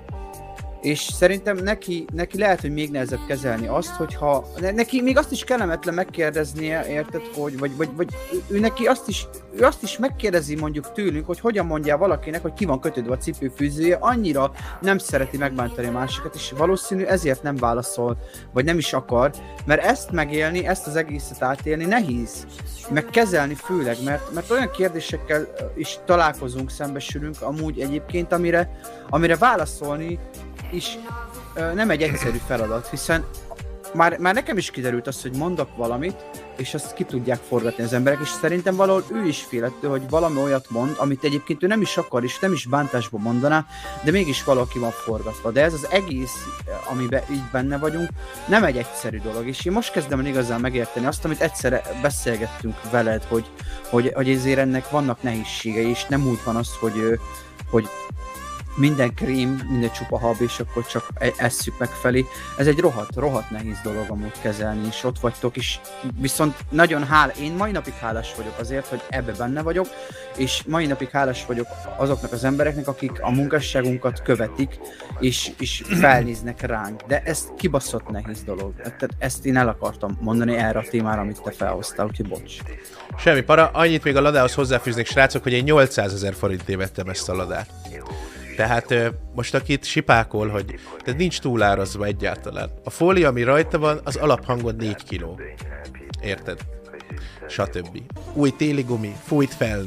És szerintem neki, neki lehet, hogy még nehezebb kezelni azt, hogyha... Neki még azt is kellemetlen megkérdeznie, érted, hogy... Vagy, vagy, vagy ő neki azt is, ő azt is megkérdezi mondjuk tőlünk, hogy hogyan mondja valakinek, hogy ki van kötődve a cipőfűzője, annyira nem szereti megbántani a másikat, és valószínű ezért nem válaszol, vagy nem is akar, mert ezt megélni, ezt az egészet átélni nehéz. Meg kezelni főleg, mert, mert olyan kérdésekkel is találkozunk, szembesülünk amúgy egyébként, amire, amire válaszolni is ö, nem egy egyszerű feladat, hiszen már, már nekem is kiderült az, hogy mondok valamit, és azt ki tudják forgatni az emberek, és szerintem valahol ő is félettől, hogy valami olyat mond, amit egyébként ő nem is akar, és nem is bántásból mondaná, de mégis valaki van forgatva. De ez az egész, amiben így benne vagyunk, nem egy egyszerű dolog, és én most kezdem el igazán megérteni azt, amit egyszerre beszélgettünk veled, hogy, hogy, hogy ezért ennek vannak nehézségei, és nem úgy van az, hogy, hogy minden krém, minden csupa hab, és akkor csak esszük meg felé. Ez egy rohadt, rohadt nehéz dolog amúgy kezelni, és ott vagytok is. Viszont nagyon hál, én mai napig hálás vagyok azért, hogy ebbe benne vagyok, és mai napig hálás vagyok azoknak az embereknek, akik a munkásságunkat követik, és, és felnéznek ránk. De ez kibaszott nehéz dolog. Tehát ezt én el akartam mondani erre a témára, amit te felhoztál, úgyhogy bocs. Semmi para, annyit még a ladához hozzáfűznék, srácok, hogy én nyolcszázezer forintért vettem ezt a ladát. Tehát most akit sipákol, hogy tehát nincs túlárazva egyáltalán. A fólia, ami rajta van, az alaphangon négy kiló. Érted? Stb. Új téli gumi, fújt felni,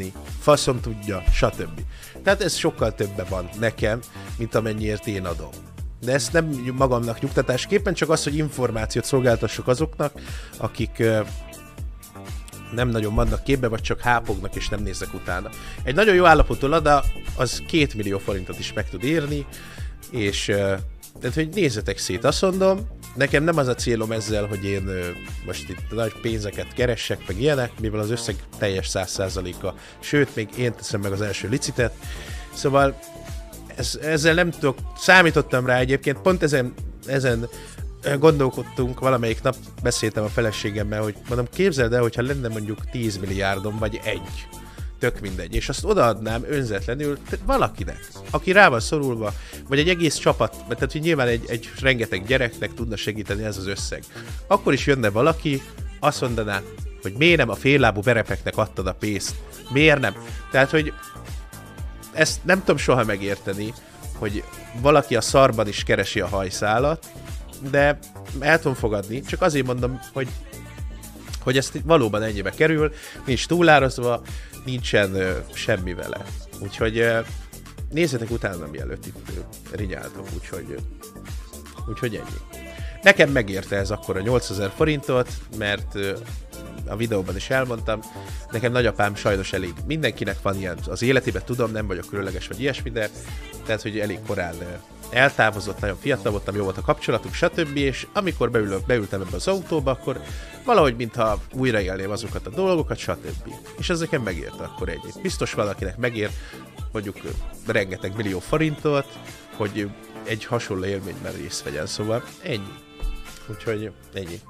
faszom tudja, stb. Tehát ez sokkal többen van nekem, mint amennyiért én adom. De ezt nem magamnak nyugtatásképpen, csak az, hogy információt szolgáltassak azoknak, akik nem nagyon vannak képbe, vagy csak hápognak és nem néznek utána. Egy nagyon jó állapotú Lada, az két millió forintot is meg tud érni, és tehát, hogy nézzetek szét, azt mondom, nekem nem az a célom ezzel, hogy én most itt nagy pénzeket keressek, meg ilyenek, mivel az összeg teljes száz százaléka, sőt, még én teszem meg az első licitet, szóval ez, ezzel nem tudok, számítottam rá egyébként, pont ezen, ezen gondolkodtunk, valamelyik nap beszéltem a feleségemmel, hogy mondom, képzeld el, hogyha lenne mondjuk tíz milliárdom, vagy egy, tök mindegy, és azt odaadnám önzetlenül valakinek, aki rá van szorulva, vagy egy egész csapat, mert tehát, hogy nyilván egy, egy rengeteg gyereknek tudna segíteni ez az összeg. Akkor is jönne valaki, azt mondaná, hogy miért nem a féllábú berepeknek adtad a pénzt, miért nem? Tehát, hogy ezt nem tudom soha megérteni, hogy valaki a szarban is keresi a hajszálat, de el tudom fogadni, csak azért mondom, hogy, hogy ezt valóban ennyibe kerül, nincs túlározva, nincsen ö, semmi vele. Úgyhogy ö, nézzetek utána, mielőtt itt ö, rinyáltok, úgyhogy, ö, úgyhogy ennyi. Nekem megérte ez akkor a nyolcezer forintot, mert ö, a videóban is elmondtam, nekem nagyapám sajnos elég, mindenkinek van ilyen az életében, tudom, nem vagyok különleges vagy ilyesmi, de tehát, hogy elég korán ö, eltávozott, nagyon fiatal voltam, jó volt a kapcsolatunk, stb. És amikor beülök, beültem ebbe az autóba, akkor valahogy mintha újraélném azokat a dolgokat, stb. És ez nekem megérte akkor egyet. Biztos valakinek megér, mondjuk rengeteg millió forintot, hogy egy hasonló élményben részt vegyen, szóval ennyi. Úgyhogy ennyi.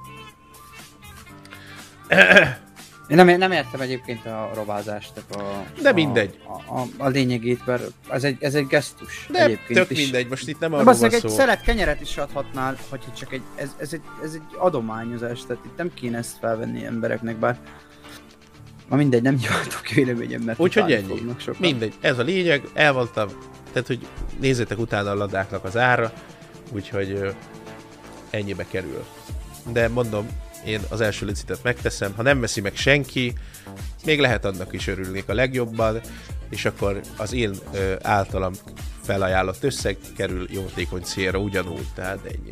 Én nem, nem értem egyébként a rovázást, a, de mindegy. A, a, a lényegét, mert ez egy, ez egy gesztus. De egyébként tök is. Mindegy, most itt nem arról van szó. egy szelet kenyeret is adhatnál, hogyha csak egy, ez, ez, egy, ez egy adományozás, tehát itt nem kéne ezt felvenni embereknek, bár ma mindegy, nem nyilatok véleményem, mert úgyhogy ennyi. Mindegy, ez a lényeg, elvoltam, tehát hogy nézzétek utána a ladáknak az ára, úgyhogy ennyibe kerül. De mondom, én az első licitet megteszem, ha nem veszi meg senki, még lehet annak is örülnék a legjobban, és akkor az én ö, általam felajánlott összeg kerül jótékony célra ugyanúgy, tehát ennyi.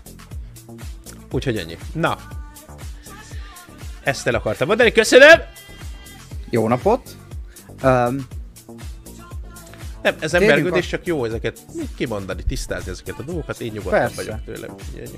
Úgyhogy ennyi. Na, ezt el akartam mondani, köszönöm! Jó napot! Um, nem, ez embergődés, csak jó ezeket kimondani, tisztázni ezeket a dolgokat, én nyugodtan vagyok tőlem. Ennyi.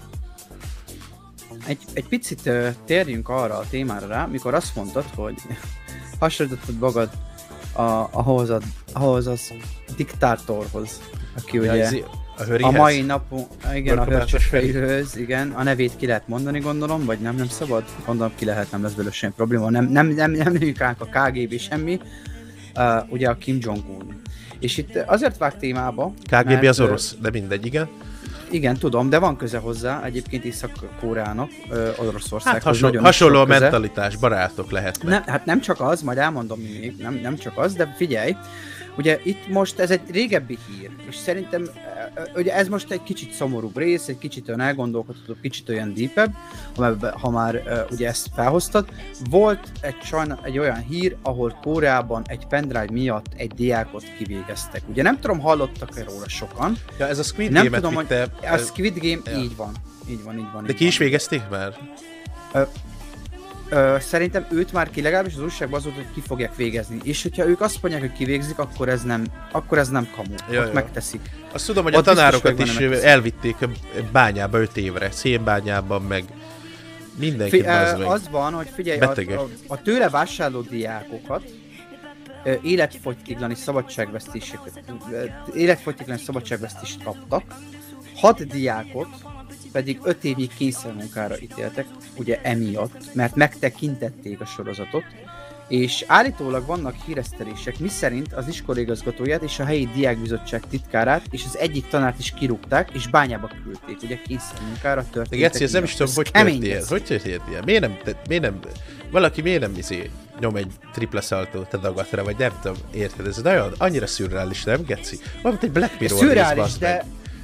Egy, egy picit uh, térjünk arra a témára rá, mikor azt mondtad, hogy hasonlítottad magad a, ahhoz, a, ahhoz az diktátorhoz, aki ja, ugye a, a mai napon, igen, a hörcsös fejlőhöz, igen, a nevét ki lehet mondani, gondolom, vagy nem, nem szabad? Gondolom ki lehet, nem lesz belőle semmi probléma, nem, nem, nem, nem nőjük ránk a ká gé bé semmi, uh, ugye a Kim Jong-un. És itt azért vág témába, ká gé bé mert, az orosz, de mindegy, igen. Igen, tudom, de van köze hozzá, egyébként Észak-Koreának, Oroszországhoz. Hát hasonló, hasonló a mentalitás, barátok lehetnek. Nem, hát nem csak az, majd elmondom még, nem, nem csak az, de figyelj, ugye itt most ez egy régebbi hír, és szerintem ugye ez most egy kicsit szomorúbb rész, egy kicsit olyan elgondolkodható, kicsit olyan deepebb, ha már ugye ezt felhoztad. Volt egy, sajna, egy olyan hír, ahol Koreában egy pendrive miatt egy diákot kivégeztek. Ugye nem tudom, hallottak-e róla sokan. Ja, ez a Squid nem Game-et tudom, vitte... hogy a Squid Game, ja. így van. Így van, így van. De így ki van. is végezték már? Ö, ö, szerintem őt már ki, legalábbis az újságban az volt, hogy ki fogják végezni. És hogyha ők azt mondják, hogy kivégzik, akkor ez nem, akkor ez nem kamu. Ja, ott ja. megteszik. Azt tudom, hogy ott a tanárokat is elvitték bányába öt évre, szénbányában, meg mindenki Fi- az, az van, hogy figyelj, a, a, a tőle vásárló diákokat életfogytiglani szabadságvesztéseket, életfogytiglani szabadságvesztést kaptak, hat diákot pedig öt évig kényszermunkára ítéltek, ugye emiatt, mert megtekintették a sorozatot, és állítólag vannak híresztelések, miszerint az iskolaigazgatóját és a helyi diákbizottság titkárát és az egyik tanárt is kirúgták, és bányába küldték, ugye kényszermunkára történt. Geci, ez nem is tudom, hogy történt ilyen. Hogy történt ilyen? Miért nem, miért nem, valaki miért nem izé, nyom egy tripla saltót a dagatra, vagy nem tudom, érted? Ez nagyon, annyira szürreális, nem, Geci? Olyan, mint egy Black Mirror szürreális, de...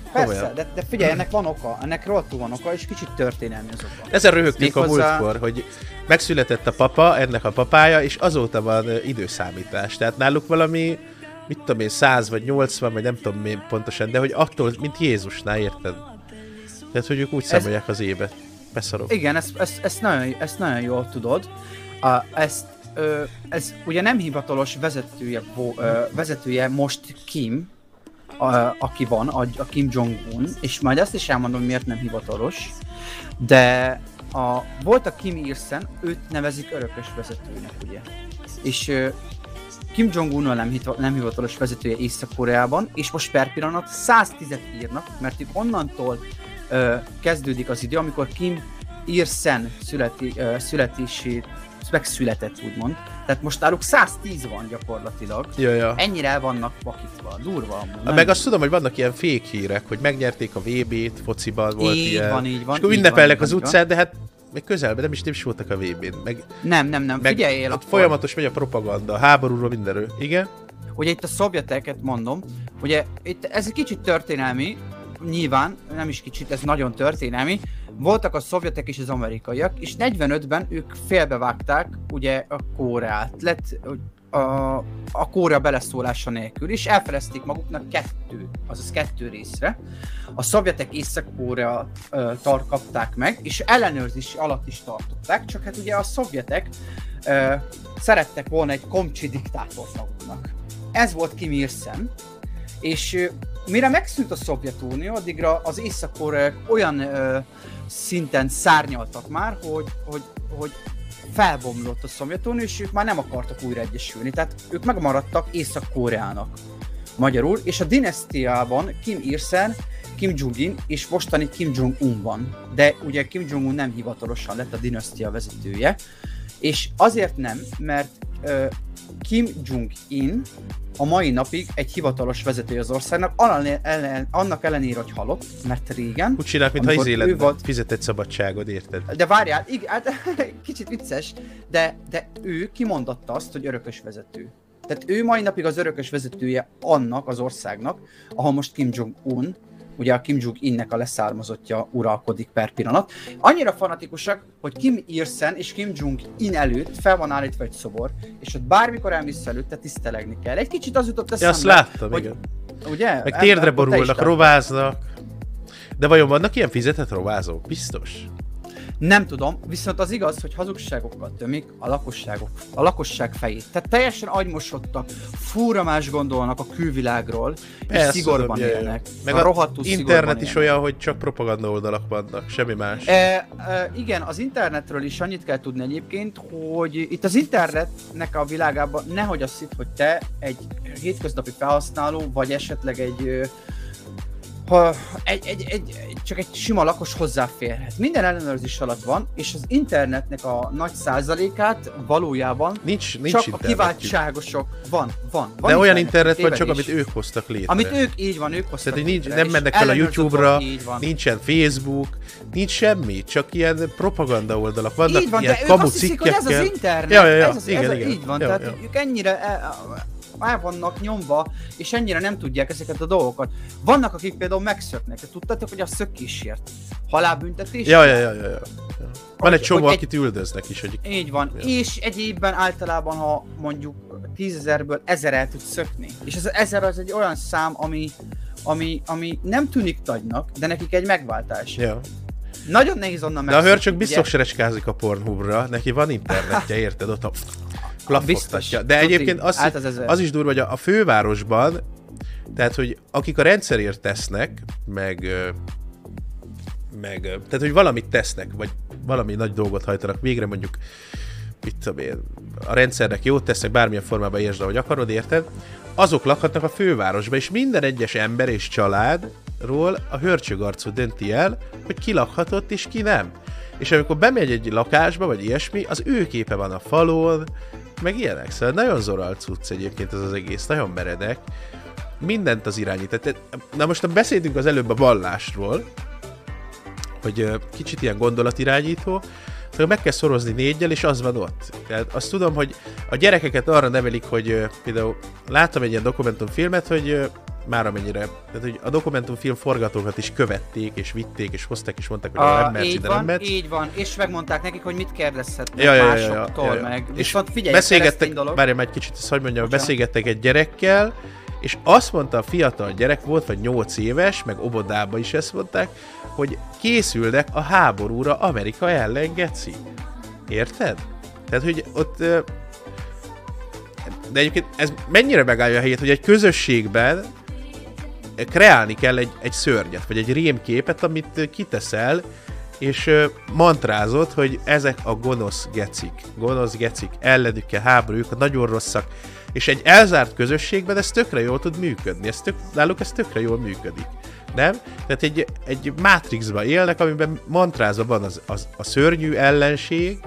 Persze, de, de figyelj, ennek van oka, ennek rohadtul van oka, és kicsit történelmi az oka. Ezen röhögtünk a Méghozzá- múltkor, hogy megszületett a papa, ennek a papája, és azóta van ö, időszámítás. Tehát náluk valami, mit tudom én, száz vagy nyolcvan, vagy nem tudom én pontosan, de hogy attól, mint Jézusnál, érted? Tehát, hogy ők úgy számolják az évet. Beszarok. Igen, ezt, ezt, ezt, nagyon, ezt nagyon jól tudod. A, ezt, ö, ez ugye nem hivatalos vezetője, vo, ö, vezetője most Kim, a, aki van, a, a Kim Jong-un, és majd azt is elmondom, miért nem hivatalos, de a, volt a Kim Il-sen, őt nevezik örökös vezetőnek, ugye. És ö, Kim Jong-un nem, nem hivatalos vezetője Észak-Koreában, és most per pillanat száztízet írnak, mert ők onnantól ö, kezdődik az idő, amikor Kim Il-sen születi, ö, születését megszületett, úgymond. Tehát most náluk száztíz van gyakorlatilag. Ja, ja. Ennyire el vannak vakítva, durva amúgy. Nem? Meg azt tudom, hogy vannak ilyen fék hírek, hogy megnyerték a vé bét, fociban volt így ilyen. van, így van. És akkor így ünnepelnek van, az így utcán, de hát még közelben nem is nem is voltak a vé bén. Meg, Nem, nem, nem, meg figyeljél ott akkor. folyamatos megy a propaganda, a háborúról, mindenről. Igen? Ugye itt a szovjeteket mondom, ugye itt ez egy kicsit történelmi, nyilván, nem is kicsit, ez nagyon történelmi. Voltak a szovjetek és az amerikaiak, és negyvenötben ők félbevágták ugye a Koreát, lett a, a Korea beleszólása nélkül, és elfelezték maguknak kettő, azaz kettő részre. A szovjetek Észak-Korea tar kapták meg, és ellenőrzés alatt is tartották, csak hát ugye a szovjetek ö, szerettek volna egy komcsi diktátort maguknak. Ez volt Kim Il-sen, és ö, mire megszűnt a Szovjetunió, addigra az Észak-Koreák olyan ö, szinten szárnyaltak már, hogy, hogy, hogy felbomlott a Szovjetunió, és ők már nem akartak újra egyesülni, tehát ők megmaradtak Észak-Koreának magyarul, és a dinasztiában Kim Il-sen, Kim Jong-un és mostani Kim Jong-un van, de ugye Kim Jong-un nem hivatalosan lett a dinasztia vezetője, és azért nem, mert ö, Kim Jong-un a mai napig egy hivatalos vezetője az országnak, ellen, annak ellenére, hogy halott, mert régen... Úgy csinálják, mintha amikor izé ő lenne, volt- fizetett szabadságod, érted? De várjál, igen, hát, kicsit vicces, de, de ő kimondatta azt, hogy örökös vezető. Tehát ő mai napig az örökös vezetője annak az országnak, ahol most Kim Jong-un, ugye a Kim Jong-unnek a leszármazottja uralkodik per pillanat. Annyira fanatikusak, hogy Kim Il-sen és Kim Jong-un előtt fel van állítva egy szobor, és ott bármikor elmész előtte tisztelegni kell. Egy kicsit az jutott Ja, eszembe, azt láttam, hogy, igen. ugye? Meg Em- térdre akkor te is borulnak, láttad. rováznak. De vajon vannak ilyen fizetett rovázók? Biztos? Nem tudom, viszont az igaz, hogy hazugságokkal tömik a lakosságok, a lakosság fejét. Tehát teljesen agymosodtak, fúra más gondolnak a külvilágról, és Persze, szigorban tudom, jaj, élnek. Meg a a rohadtul internet szigorban is élnek. olyan, hogy csak propaganda oldalak vannak, semmi más. E, e, igen, az internetről is annyit kell tudni egyébként, hogy itt az internetnek a világában nehogy azt hidd, hogy te egy hétköznapi felhasználó, vagy esetleg egy, ö, ha, egy, egy, egy, egy csak egy sima lakos hozzáférhet. Minden ellenőrzés alatt van, és az internetnek a nagy százalékát valójában Nincs, nincs csak a internetjük. kiváltságosok van, van. van De olyan internet van csak, tévedés. amit ők hoztak létre. Amit ők, így van, ők hoztak Tehát, hogy nincs, létre, nem és mennek fel a ellenőrzött YouTube-ra, volt, így van. nincsen Facebook, nincs semmi, csak ilyen propaganda oldalak vannak, Így van, ilyen de ők kamu azt hiszik, hogy ez az cikkekkel. internet, Ja, ja, ja, ez az, igen, ez a, igen. így van, Ja, tehát ja. ők ennyire el, el vannak nyomva, és ennyire nem tudják ezeket a dolgokat. Vannak, akik például megszöknek, tudtátok, hogy a szökésért halálbüntetés? Ja, ja, ja, ja, ja. Van egy Hogy- csomó, hogy akit üldöznek is, hogy Így van, Ja. és egy évben általában, ha mondjuk tízezerből ezer el tud szökni. És ez az ezer az egy olyan szám, ami, ami, ami nem tűnik nagynak, de nekik egy megváltás. ja. Nagyon nehéz onnan De a megszökni, hörcsök ugye? biztos serecskázik a Pornhubra, neki van internetje, érted? Ott a Biztos. klapogtatja. De Tuti, egyébként az, át az ezer. az is durva, hogy a, a fővárosban, tehát, hogy akik a rendszerért tesznek, meg, ö, meg, ö, tehát, hogy valamit tesznek, vagy valami nagy dolgot hajtanak végre, mondjuk, mit tudom én, a rendszernek jót tesznek, bármilyen formában értsd, ahogy akarod, érted? Azok lakhatnak a fővárosba, és minden egyes ember és családról a hörcsögarcú dönti el, hogy ki lakhatott és ki nem. És amikor bemegy egy lakásba, vagy ilyesmi, az ő képe van a falon, meg ilyenek. Szóval nagyon zoralt cucc egyébként ez az egész, nagyon meredek. Mindent az irányít. Tehát, na most beszéltünk az előbb a vallásról, hogy ö, kicsit ilyen gondolatirányító, szóval meg kell szorozni négyel, és az van ott. Tehát azt tudom, hogy a gyerekeket arra nevelik, hogy ö, például láttam egy ilyen dokumentumfilmet, hogy ö, már amennyire, tehát hogy a dokumentumfilm forgatókat is követték, és vitték, és hozták, és mondták, hogy a, nem mehetsz, ide nem mehetsz. Így van, és megmondták nekik, hogy mit kérdezhetnek ja, ja, másoktól, ja, ja, ja. meg. És viszont figyelj, beszélgettek, várjál egy kicsit, ezt hogy mondjam, Bocsánat. beszélgettek egy gyerekkel, és azt mondta a fiatal gyerek, volt vagy nyolc éves, meg óvodában is ezt mondták, hogy készülnek a háborúra Amerika ellen, geci. Érted? Tehát, hogy ott... De egyébként ez mennyire megállja a helyét, hogy egy közösségben kreálni kell egy, egy szörnyet, vagy egy rémképet, amit kiteszel, és mantrázod, hogy ezek a gonosz gecik, gonosz gecik, ellenük kell háborújuk, nagyon rosszak, és egy elzárt közösségben ez tökre jól tud működni, ez tök, náluk ez tökre jól működik, nem? Tehát egy, egy Matrixban élnek, amiben mantrázva van az, az, a szörnyű ellenség,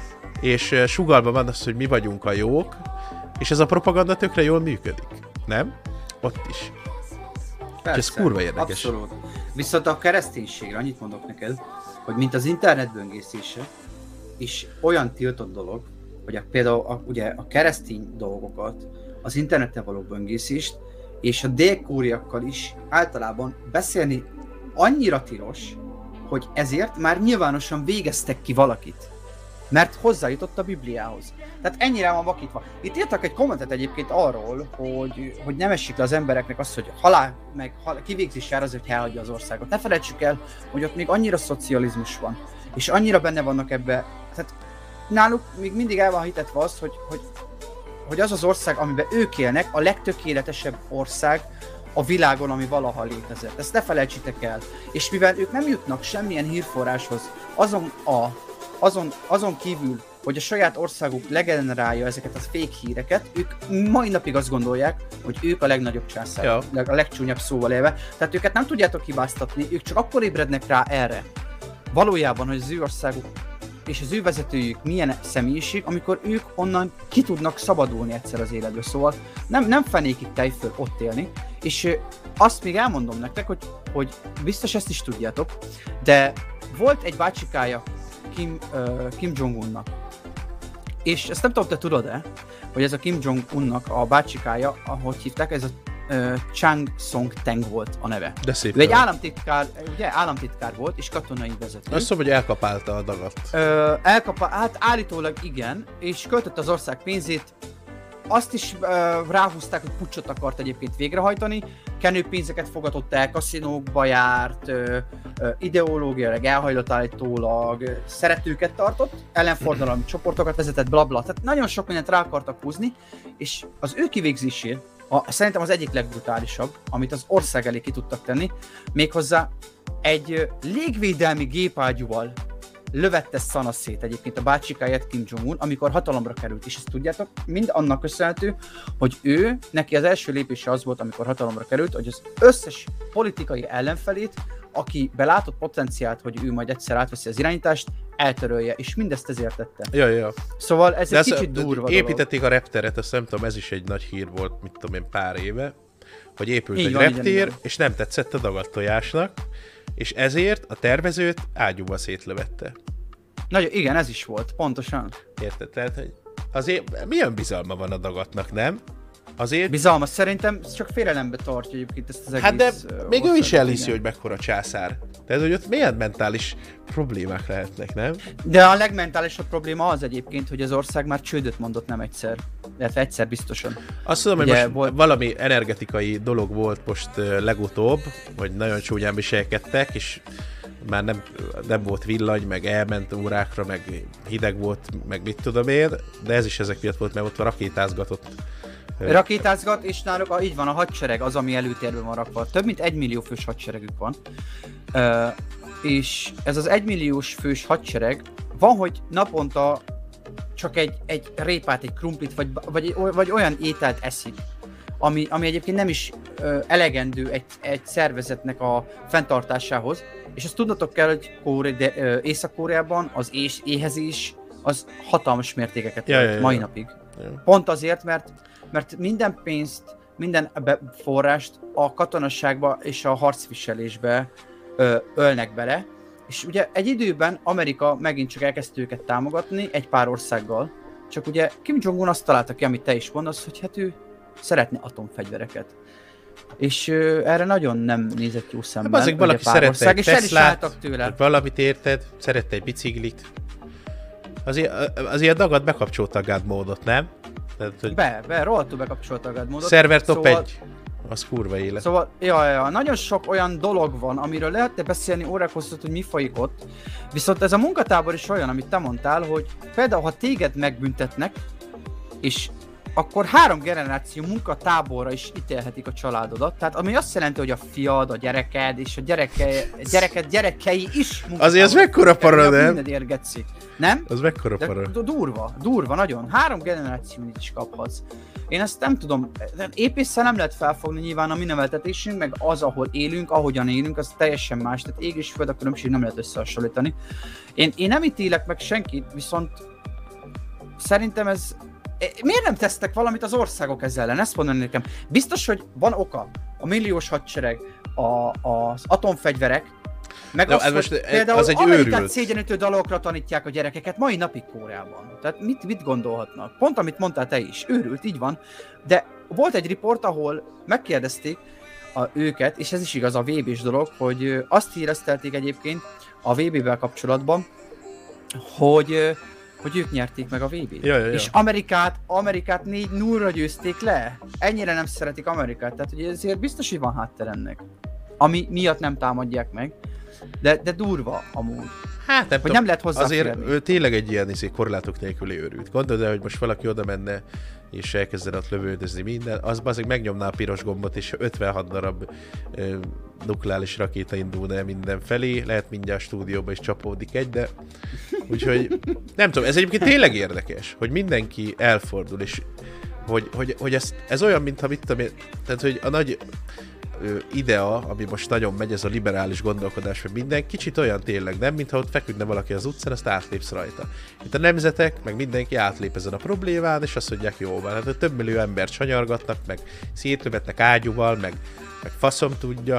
és sugallva van az, hogy mi vagyunk a jók, és ez a propaganda tökre jól működik, nem? Ott is. Persze, ez kurva érdekes. Abszolút. Viszont a kereszténységre annyit mondok neked, hogy mint az internet böngészése, is olyan tiltott dolog, hogy a, például a, ugye a keresztény dolgokat, az interneten való böngészést, és a dél-kóriakkal is általában beszélni annyira tilos, hogy ezért már nyilvánosan végeztek ki valakit. Mert hozzájutott a Bibliához. Tehát ennyire van vakítva. Itt írtak egy kommentet egyébként arról, hogy, hogy nem esik le az embereknek az, hogy halál, meg halál, kivégzés jár azért, hogy elhagyja az országot. Ne felejtsük el, hogy ott még annyira szocializmus van, és annyira benne vannak ebbe, tehát náluk még mindig el van hitetve az, hogy, hogy, hogy az az ország, amiben ők élnek, a legtökéletesebb ország a világon, ami valaha létezett. Ezt ne felejtsétek el. És mivel ők nem jutnak semmilyen hírforráshoz, azon a Azon, azon kívül, hogy a saját országuk legenerálja ezeket a fake híreket, ők mai napig azt gondolják, hogy ők a legnagyobb császár, ja. a legcsúnyabb szóval élve. Tehát őket nem tudjátok hibáztatni, ők csak akkor ébrednek rá erre. Valójában, hogy az ő országuk és az ő vezetőjük milyen személyiség, amikor ők onnan ki tudnak szabadulni egyszer az életből. Szóval nem, nem fenékig tejföl ott élni, és azt még elmondom nektek, hogy, hogy biztos ezt is tudjátok, de volt egy bácsikája Kim, uh, Kim Jong-unnak. És ezt nem tudom, te tudod-e, hogy ez a Kim Jong-unnak a bácsikája, ahogy hívták, ez a uh, Chang Song-teng volt a neve. De szép. Ő egy államtitkár, ugye államtitkár volt, és katonai vezető. Azt mondom, hogy elkapálta a dagat. Uh, elkapá, hát állítólag igen, és költött az ország pénzét. Azt is uh, ráhúzták, hogy puccsot akart egyébként végrehajtani, kenőpénzeket fogadott el, kaszinókba járt, uh, uh, ideológiailag elhajlott állítólag, szeretőket tartott, ellenfordulami csoportokat vezetett, blabla. Tehát nagyon sok mindent rá akartak húzni, és az ő kivégzésén, a, szerintem az egyik legbrutálisabb, amit az ország elé ki tudtak tenni, méghozzá egy uh, légvédelmi gépágyúval lövette szanaszét egyébként a bácsikáját Kim Jong-un, amikor hatalomra került. És ezt tudjátok, mind annak köszönhető, hogy ő, neki az első lépése az volt, amikor hatalomra került, hogy az összes politikai ellenfelét, aki belátott potenciált, hogy ő majd egyszer átveszi az irányítást, eltörölje, és mindezt ezért tette. Ja, ja. Szóval ez de egy kicsit durva építették dolog. A repteret, azt nem tudom, ez is egy nagy hír volt, mit tudom én, pár éve, hogy épült így egy van, reptér, igen, igen. És nem tetszett a dagadtojásnak, és ezért a tervezőt ágyúba szétlövette. Nagyon, igen, ez is volt, pontosan. Érted? Tehát, hogy azért milyen bizalma van a dagatnak, nem? Azért... Bizalma, szerintem csak félelembe tartja egyébként ezt az egész... Hát de uh, még ő is elhiszi, hogy mekkora császár. Tehát, hogy ott milyen mentális problémák lehetnek, nem? De a legmentálisabb probléma az egyébként, hogy az ország már csődöt mondott nem egyszer. Illetve egyszer biztosan. Azt tudom, hogy most volt... valami energetikai dolog volt most uh, legutóbb, hogy nagyon csúnyán viselkedtek, és már nem, nem volt villany, meg elment órákra, meg hideg volt, meg mit tudom én, de ez is ezek miatt volt, mert ott rakétázgatott. Rakétázgat, és náluk a, így van, a hadsereg az, ami előtérben van rakva. Több mint egy millió fős hadseregük van. Uh, és ez az egymilliós fős hadsereg van, hogy naponta csak egy, egy répát, egy krumplit, vagy, vagy, vagy olyan ételt eszik, ami, ami egyébként nem is uh, elegendő egy, egy szervezetnek a fenntartásához. És azt tudnotok kell, hogy Kóre, de, uh, Észak-Koreában az és, éhezés az hatalmas mértékeket ja, ja, ja, ja. mai napig. Ja. Pont azért, mert, mert minden pénzt, minden forrást a katonasságba és a harcviselésbe ö, ölnek bele. És ugye egy időben Amerika megint csak elkezdte őket támogatni egy pár országgal. Csak ugye Kim Jong-un azt találta ki, amit te is mondasz, hogy hát ő szeretne atomfegyvereket. És ö, erre nagyon nem nézett jó szemmel. Hát azért valaki szerette egy és el is Teslát, álltak tőle. vagy valamit érted, szerette egy biciklit. Azért, azért dagad bekapcsolta a God módot, nem? Tehát, hogy Be, be, rohadtul bekapcsolta a God módot. szerver top Szóval- egy, az kurva élet. Szóval, ja, ja, nagyon sok olyan dolog van, amiről lehetne beszélni órák hosszat, hogy mi folyik ott. Viszont ez a munkatábor is olyan, amit te mondtál, hogy például ha téged megbüntetnek, és akkor három generáció munkatáborra is ítélhetik a családodat. Tehát ami azt jelenti, hogy a fiad, a gyereked és a gyereke, gyereked gyerekei is Azért ez mekkora para, nem? Mindedért geci. Nem? Az mekkora De para. du- durva, durva, nagyon. Három generációt is kaphatsz. Én ezt nem tudom, épésszel nem lehet felfogni nyilván a mi neveltetésünk, meg az, ahol élünk, ahogyan élünk, az teljesen más. Tehát ég és föld a különbség nem lehet összehasonlítani. Én, én nem ítélek meg senkit, viszont szerintem ez... Miért nem tesztek valamit az országok ezzel ellen? Ezt mondani nekem. Biztos, hogy van oka. A milliós hadsereg, a, az atomfegyverek, meg De az, ez hogy most- például az egy Amerikát őrült. szégyenítő dalokra tanítják a gyerekeket mai napig Koreában. Tehát mit, mit gondolhatnak? Pont amit mondtál te is. Őrült, így van. De volt egy riport, ahol megkérdezték a, őket, és ez is igaz a vé bés dolog, hogy ö, azt híreztelték egyébként a vé bével kapcsolatban, hogy, ö, hogy ők nyerték meg a vé bét. Ja, ja, ja. És Amerikát, Amerikát négy nullra győzték le. Ennyire nem szeretik Amerikát, tehát ugye ezért biztos, hogy van háttér ennek. Ami miatt nem támadják meg. De, de durva amúgy. Hát nem Hogy tudom, nem lehet hozzáférni. azért ő tényleg egy ilyen izé, korlátok nélküli őrült. Gondold el, hogy most valaki oda menne és elkezdene ott lövöldözni minden, az azért megnyomná a piros gombot, és ötvenhat darab ö, nukleáris rakéta indulna el mindenfelé, lehet mindjárt a stúdióba is csapódik egy, de úgyhogy nem tudom, ez egyébként tényleg érdekes, hogy mindenki elfordul, és hogy, hogy, hogy ez, ez olyan, mintha mit tudom én, tehát hogy a nagy ö, idea, ami most nagyon megy, ez a liberális gondolkodás, hogy minden kicsit olyan tényleg, nem? Mintha ott feküdne valaki az utcán, azt átlépsz rajta. Itt a nemzetek, meg mindenki átlép ezen a problémán, és azt mondják, jó van. Hát több millió embert sanyargatnak, meg szétlövetnek ágyúval, meg, meg faszom tudja.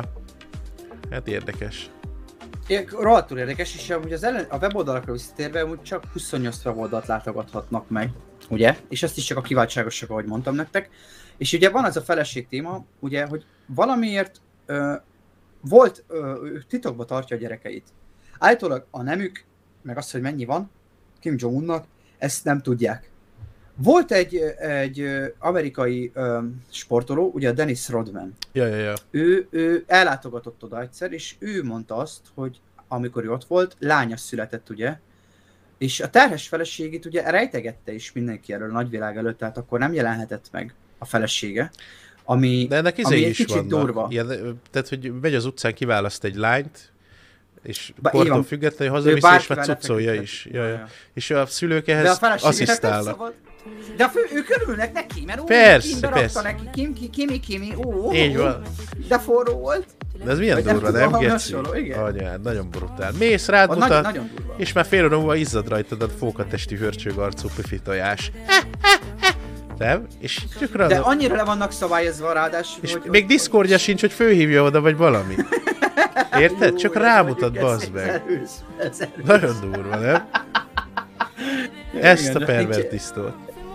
Hát érdekes. É, rohadtul érdekes, és amúgy az ellen, a weboldalakra visszatérve, amúgy csak huszonnyolc weboldalt látogathatnak meg, ugye? És ezt is csak a kiváltságosok, ahogy mondtam nektek. És ugye van az a feleség téma, ugye, hogy valamiért ö, volt, ö, ő titokba tartja a gyerekeit. Állítólag a nemük, meg az, hogy mennyi van Kim Jong-unnak, ezt nem tudják. Volt egy, egy ö, amerikai ö, sportoló, ugye a Dennis Rodman. Ja, ja, ja. Ő, ő ellátogatott oda egyszer, és ő mondta azt, hogy amikor ő ott volt, lánya született, ugye, és a terhes feleségét ugye rejtegette is mindenki erről a nagyvilág előtt, tehát akkor nem jelenhetett meg a felesége, ami, De ennek ami izé egy is kicsit vannak. durva. Ilyen, tehát, hogy megy az utcán, kiválaszt egy lányt, és Ba- kortól így van. függetlenül Ő hazaviszi, és bárkivel már cuccolja lefeküdhet. is. Ja, ja. Ja. És a szülők De a ehhez feleségének nem asszisztálnak. szabad. De a fő, ők örülnek neki, mert ó, Persze, Kim berakta persze. neki, Kim, Kim, Kimi, Kimi, ó, Így ó, van. de forró volt. De ez milyen Vagy nem durva, tudom, nem, valami Geci? hasonló, igen. Anyád, nagyon brutál. Mész, rád A mutat, nagyon, nagyon durva. és már fél óra múlva izzad rajtad a fókatesti hörcsögarcú pifi tojás. Nem? És csak De rá... annyira le vannak szabályozva ráadásul, És hogy... még diszkordja sincs, hogy fölhívja oda, vagy valami. Érted? Csak Jó, rámutat, ez bazd meg. erős, ez erős. Nagyon durva, nem? Ezt Igen, a de pervertisztót.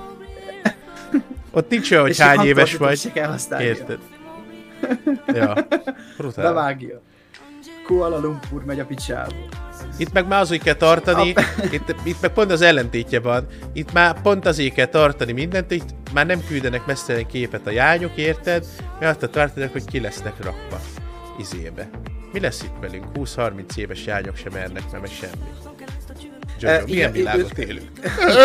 Ott nincs olyan, hogy És hány a éves hangtartót vagy. se kell használnia. Érted? Ja, brutál. Bevágja. Kuala Lumpur megy a picsába. Itt meg már azért kell tartani, itt, itt meg pont az ellentétje van. Itt már pont azért kell tartani mindent, itt már nem küldenek messzelen képet a jányok, érted? Mert azt tartanak, hogy ki lesznek rakva izébe. Mi lesz itt velünk? húsz-harminc éves jányok sem mernek, mert meg semmi. Jojo, Eh, milyen igen, világot ők- élünk?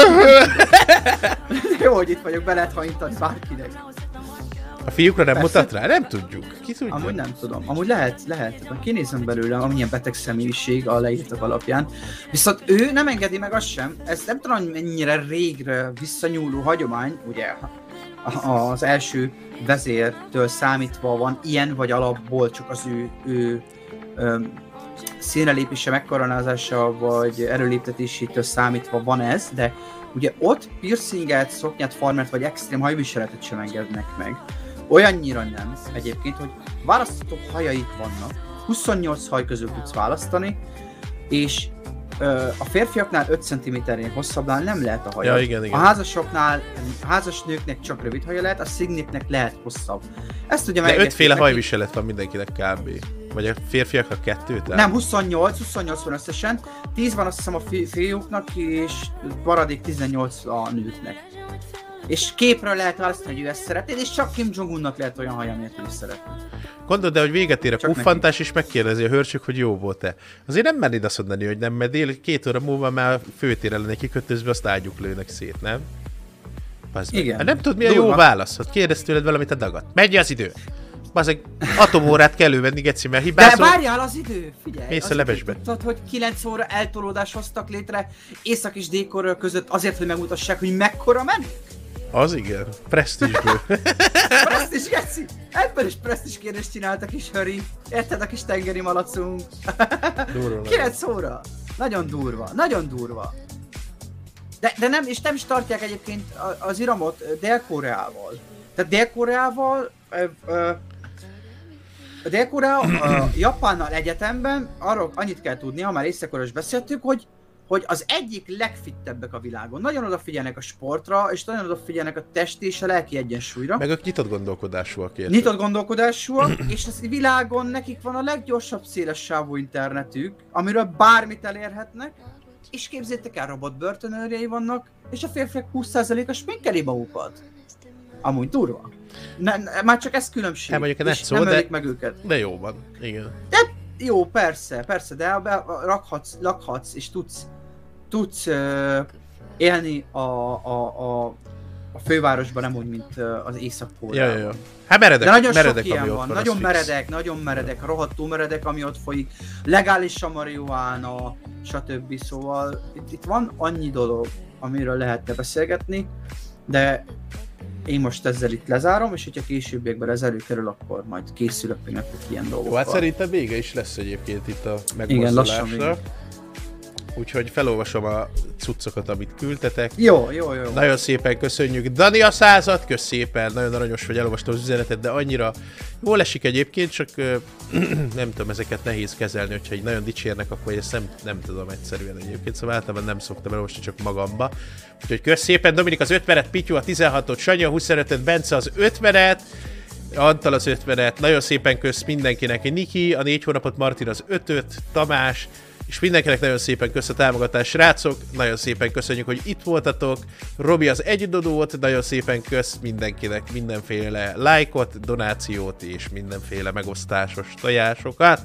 Jó, hogy itt vagyok, be lehet hajítani bárkinek. A fiúkra nem Persze. mutat rá? Nem tudjuk. Ki tudja? Amúgy nem tudom. Amúgy lehet, lehet. Kinézem belőle, amilyen beteg személyiség a leírtak alapján. Viszont ő nem engedi meg azt sem. Ez nem tudom, hogy mennyire régre visszanyúló hagyomány, ugye a- az első vezértől számítva van ilyen, vagy alapból csak az ő, ő öm, színrelépése, megkoronázása, vagy erőléptetésétől számítva van ez, de ugye ott piercinget, szoknyát, farmert, vagy extrém hajviseletet sem engednek meg. Olyannyira nem egyébként, hogy választható hajaik vannak, huszonnyolc haj közül tudsz választani, és a férfiaknál öt centiméternél hosszabbnál nem lehet a haja. Ja, igen, igen. A házasoknál, a házas nőknek csak rövid haja lehet, a szignépnek lehet hosszabb. Ezt ugye de ötféle hajviselet van mindenkinek kb. Vagy a férfiaknak kettő? Tehát? Nem, huszonnyolc, huszonnyolc van összesen. tíz van azt hiszem a fi- fiúknak, és maradék tizennyolc a nőknek. És képről lehet választani, hogy ő ezt szeretnéd, és csak Kim Jong-unnak lehet olyan haja, amit ő szeretne. Gondold el, hogy véget ér a puffantás, és megkérdezi a hőrcsök, hogy jó volt-e. Azért nem mernéd azt mondani, hogy nem, mert dél, két óra múlva már főtére lenne kikötözve, azt ágyuk lőnek szét, nem? Bazd meg. Igen. Hát nem tudod, mi a Durva. jó válasz? Hát kérdezz tőled valamit, a dagat. Megy az idő! Bazeg, atomórát kell elővenni, geci, mert De hibázol. várjál az idő! Figyelj! Mész a azt levesbe. Tudtad, hogy kilenc óra eltolódás hoztak létre Észak és Dél-Korea között azért, hogy megmutassák, hogy mekkora menő? Az igen, presztízsből. Presztis, geci! Ebben is presztis kérdést csináltak is, Höri. Érted, a kis tengeri malacunk? Durva. kilenc óra. Nagyon durva, nagyon durva. De, de nem, és nem is tartják egyébként a- az iramot ö, Dél-Koreával. Tehát Dél-Koreával, ö, ö, a Dél-Korea a Japánnal egyetemben arról annyit kell tudni, ha már Észak-Koreáról is beszéltük, hogy hogy az egyik legfittebbek a világon. Nagyon odafigyelnek a sportra, és nagyon odafigyelnek a testi és a lelki egyensúlyra. Meg ők nyitott gondolkodásúak, érted? Nyitott gondolkodásúak, és az világon nekik van a leggyorsabb széles sávú internetük, amiről bármit elérhetnek, és képzétek el, robot börtönőrjei vannak, és a férfiak húsz százaléka sminkeli magukat. Amúgy durva. Ne, ne, már csak ez különbség, Hát mondjuk és ez szó, nem de- ölik meg őket. De jó van, igen. Jó, persze, persze, de be, rakhatsz, lakhatsz, és tudsz, tudsz uh, élni a, a, a, a fővárosban, nem úgy, mint uh, az Ja, Észak-Koreában. ja, ja. Hát meredek, De nagyon meredek, sok ilyen ami ott van, van, nagyon az fix. meredek, nagyon meredek, rohadtul meredek, ami ott folyik, legális a marihuána, stb. Szóval itt, itt van annyi dolog, amiről lehetne beszélgetni, de én most ezzel itt lezárom, és hogyha későbbiekben ez előkerül, akkor majd készülök még nektek ilyen dolgokkal. Jó, hát szerintem vége is lesz egyébként itt a Igen, lassan megmozdulásra. vége. Úgyhogy felolvasom a cuccokat, amit küldtetek. Jó, jó, jó. Nagyon szépen köszönjük. Dani a százat, kösz szépen, nagyon aranyos, hogy elolvastam az üzenetet, de annyira jól esik egyébként, csak ö, nem tudom, ezeket nehéz kezelni, hogyha így nagyon dicsérnek, akkor ezt nem, nem tudom egyszerűen egyébként, szóval általában nem szoktam elolvasni, csak magamba. Úgyhogy kösz szépen, Dominik az ötvenet, Pityu a tizenhatot, Sanyi a huszonötöt, Bence az ötvenet, Antal az ötvenet, nagyon szépen kösz mindenkinek, Niki a négy hónapot, Martin az ötöt, Tamás, és mindenkinek nagyon szépen kösz a támogatás, srácok, nagyon szépen köszönjük, hogy itt voltatok, Robi az egy dodót, nagyon szépen kösz mindenkinek mindenféle lájkot, donációt és mindenféle megosztásos tojásokat.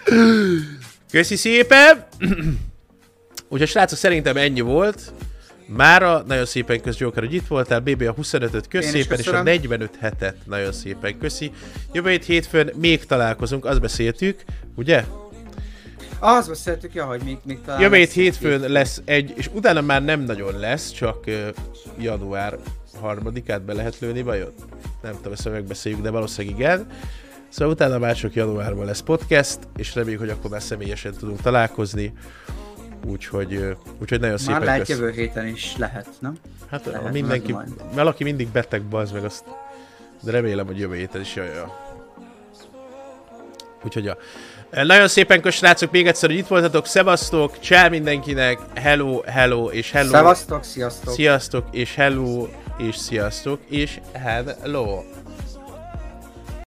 Köszi szépen! Úgyhogy srácok, szerintem ennyi volt. Mára nagyon szépen kösz, Joker, hogy itt voltál, bé bé a huszonötöt kösz Én is szépen, és a köszönöm. negyvenöt hetet nagyon szépen köszi. Jövő hét hétfőn még találkozunk, azt beszéltük, ugye? Azt beszéltük, ja, hogy még, még talán... Jövő hét lesz hétfőn egy- lesz egy, és utána már nem nagyon lesz, csak uh, január harmadikát be lehet lőni, vajon? Nem tudom, ezt megbeszéljük, de valószínűleg igen. Szóval utána már csak januárban lesz podcast, és reméljük, hogy akkor már személyesen tudunk találkozni. Úgyhogy, uh, úgyhogy nagyon Már szépen lehet kösz. jövő héten is lehet, nem? Hát lehet, ha mindenki, majd. valaki mindig beteg, bazd meg azt, de remélem, hogy jövő héten is jaj, jaj. Úgyhogy ja. Nagyon szépen kösz, srácok, még egyszer, hogy itt voltatok, szevasztok, csá mindenkinek, hello, hello, és hello. Szevasztok, sziasztok! Sziasztok, és hello, és sziasztok, és hello.